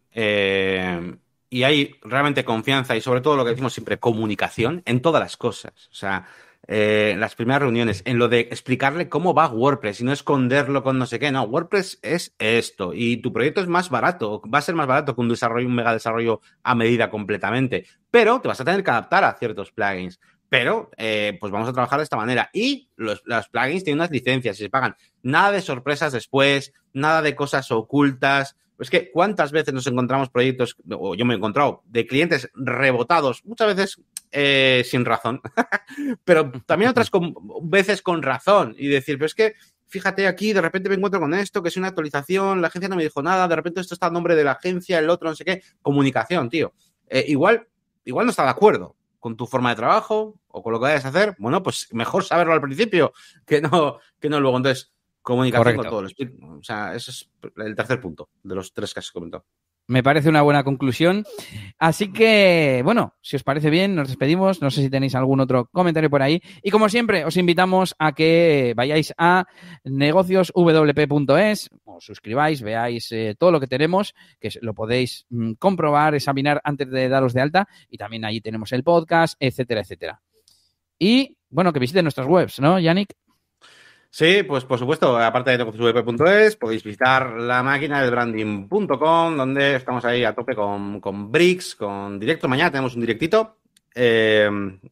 eh, y hay realmente confianza y sobre todo lo que decimos siempre, comunicación en todas las cosas. O sea, eh, en las primeras reuniones, en lo de explicarle cómo va WordPress y no esconderlo con no sé qué. No, WordPress es esto y tu proyecto es más barato, va a ser más barato que un desarrollo, un mega desarrollo a medida completamente, pero te vas a tener que adaptar a ciertos plugins. Pero, eh, pues vamos a trabajar de esta manera. Y los, los plugins tienen unas licencias y se pagan. Nada de sorpresas después, nada de cosas ocultas. Es que, ¿cuántas veces nos encontramos proyectos, o yo me he encontrado, de clientes rebotados, muchas veces eh, sin razón, pero también otras con, veces con razón? Y decir, pero es que, fíjate aquí, de repente me encuentro con esto, que es una actualización, la agencia no me dijo nada, de repente esto está a nombre de la agencia, el otro no sé qué. Comunicación, tío. Eh, igual, igual no está de acuerdo con tu forma de trabajo o con lo que vayas a hacer, bueno, pues mejor saberlo al principio que no, que no luego. Entonces, comunicación Correcto. Con todo el espíritu. O sea, ese es el tercer punto de los tres que has comentado. Me parece una buena conclusión. Así que, bueno, si os parece bien, nos despedimos. No sé si tenéis algún otro comentario por ahí. Y como siempre, os invitamos a que vayáis a negocios w p punto es, os suscribáis, veáis eh, todo lo que tenemos, que lo podéis mm, comprobar, examinar antes de daros de alta. Y también ahí tenemos el podcast, etcétera, etcétera. Y bueno, que visiten nuestras webs, ¿no, Yannick? Sí, pues por supuesto, aparte de negocios v p punto es, podéis visitar la máquina del branding punto com, donde estamos ahí a tope con, con Bricks, con directo. Mañana tenemos un directito eh,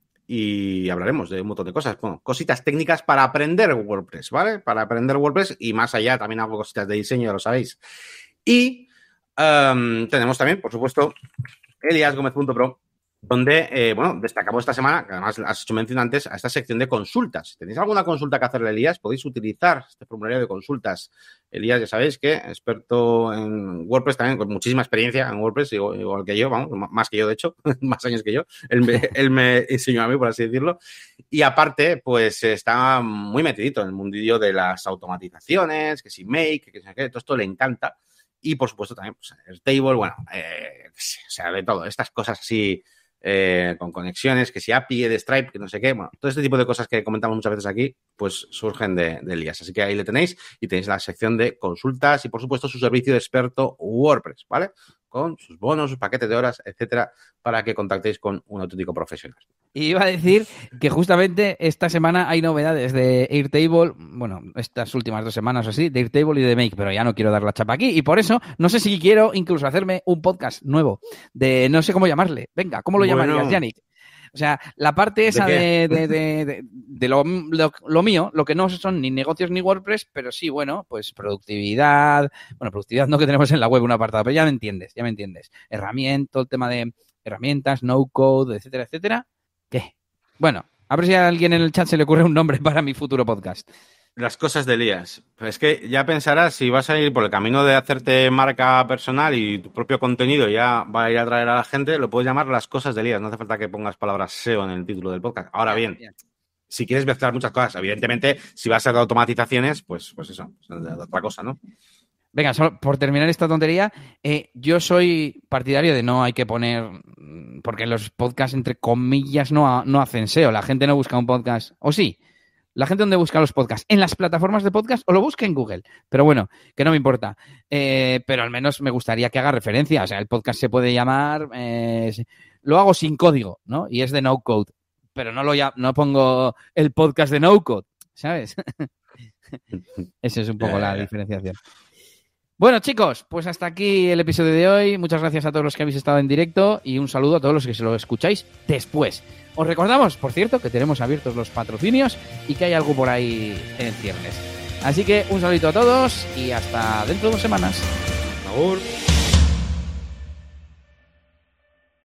y hablaremos de un montón de cosas. Bueno, cositas técnicas para aprender WordPress, ¿vale? Para aprender WordPress y más allá también hago cositas de diseño, ya lo sabéis. Y um, tenemos también, por supuesto, elias gómez punto pro, donde, eh, bueno, destacamos esta semana, que además has hecho mención antes, a esta sección de consultas. Si tenéis alguna consulta que hacerle a Elías, podéis utilizar este formulario de consultas. Elías, ya sabéis que experto en WordPress también, con muchísima experiencia en WordPress, igual, igual que yo, vamos, más que yo, de hecho, más años que yo. Él me, él me enseñó a mí, por así decirlo. Y aparte, pues está muy metidito en el mundillo de las automatizaciones, que si Make, que si qué, todo esto le encanta. Y, por supuesto, también, pues, Airtable, bueno, eh, o sea, de todo, estas cosas así... Eh, con conexiones, que si A P I de Stripe, que no sé qué, bueno, todo este tipo de cosas que comentamos muchas veces aquí, pues surgen de, de Elías. Así que ahí le tenéis y tenéis la sección de consultas y, por supuesto, su servicio de experto WordPress, ¿vale? Con sus bonos, sus paquetes de horas, etcétera, para que contactéis con un auténtico profesional. Y iba a decir que justamente esta semana hay novedades de Airtable, bueno, estas últimas dos semanas o así, de Airtable y de Make, pero ya no quiero dar la chapa aquí. Y por eso, no sé si quiero incluso hacerme un podcast nuevo, de no sé cómo llamarle. Venga, ¿cómo lo bueno. llamarías, Yannick? O sea, la parte esa de, de, de, de, de lo, lo, lo mío, lo que no son ni negocios ni WordPress, pero sí, bueno, pues productividad, bueno, productividad no que tenemos en la web un apartado, pero ya me entiendes, ya me entiendes. Herramientas, el tema de herramientas, no code, etcétera, etcétera. ¿Qué? Bueno, a ver si a alguien en el chat se le ocurre un nombre para mi futuro podcast. Las cosas de Elías. Es que ya pensarás, si vas a ir por el camino de hacerte marca personal y tu propio contenido ya va a ir a atraer a la gente, lo puedes llamar las cosas de Elías. No hace falta que pongas palabras S E O en el título del podcast. Ahora bien, bien. si quieres mezclar muchas cosas, evidentemente, si vas a hacer automatizaciones, pues, pues eso, otra cosa, ¿no? Venga, solo por terminar esta tontería, eh, yo soy partidario de no hay que poner, porque los podcasts, entre comillas, no, no hacen S E O. La gente no busca un podcast, o sí. La gente donde busca los podcasts, en las plataformas de podcast o lo busca en Google. Pero bueno, que no me importa. Eh, pero al menos me gustaría que haga referencia. O sea, el podcast se puede llamar... Eh, lo hago sin código, ¿no? Y es de no code. Pero no lo no pongo el podcast de no code, ¿sabes? Esa es un poco la diferenciación. Bueno, chicos, pues hasta aquí el episodio de hoy. Muchas gracias a todos los que habéis estado en directo y un saludo a todos los que se lo escucháis después. Os recordamos, por cierto, que tenemos abiertos los patrocinios y que hay algo por ahí en ciernes. Así que un saludito a todos y hasta dentro de dos semanas. Agur.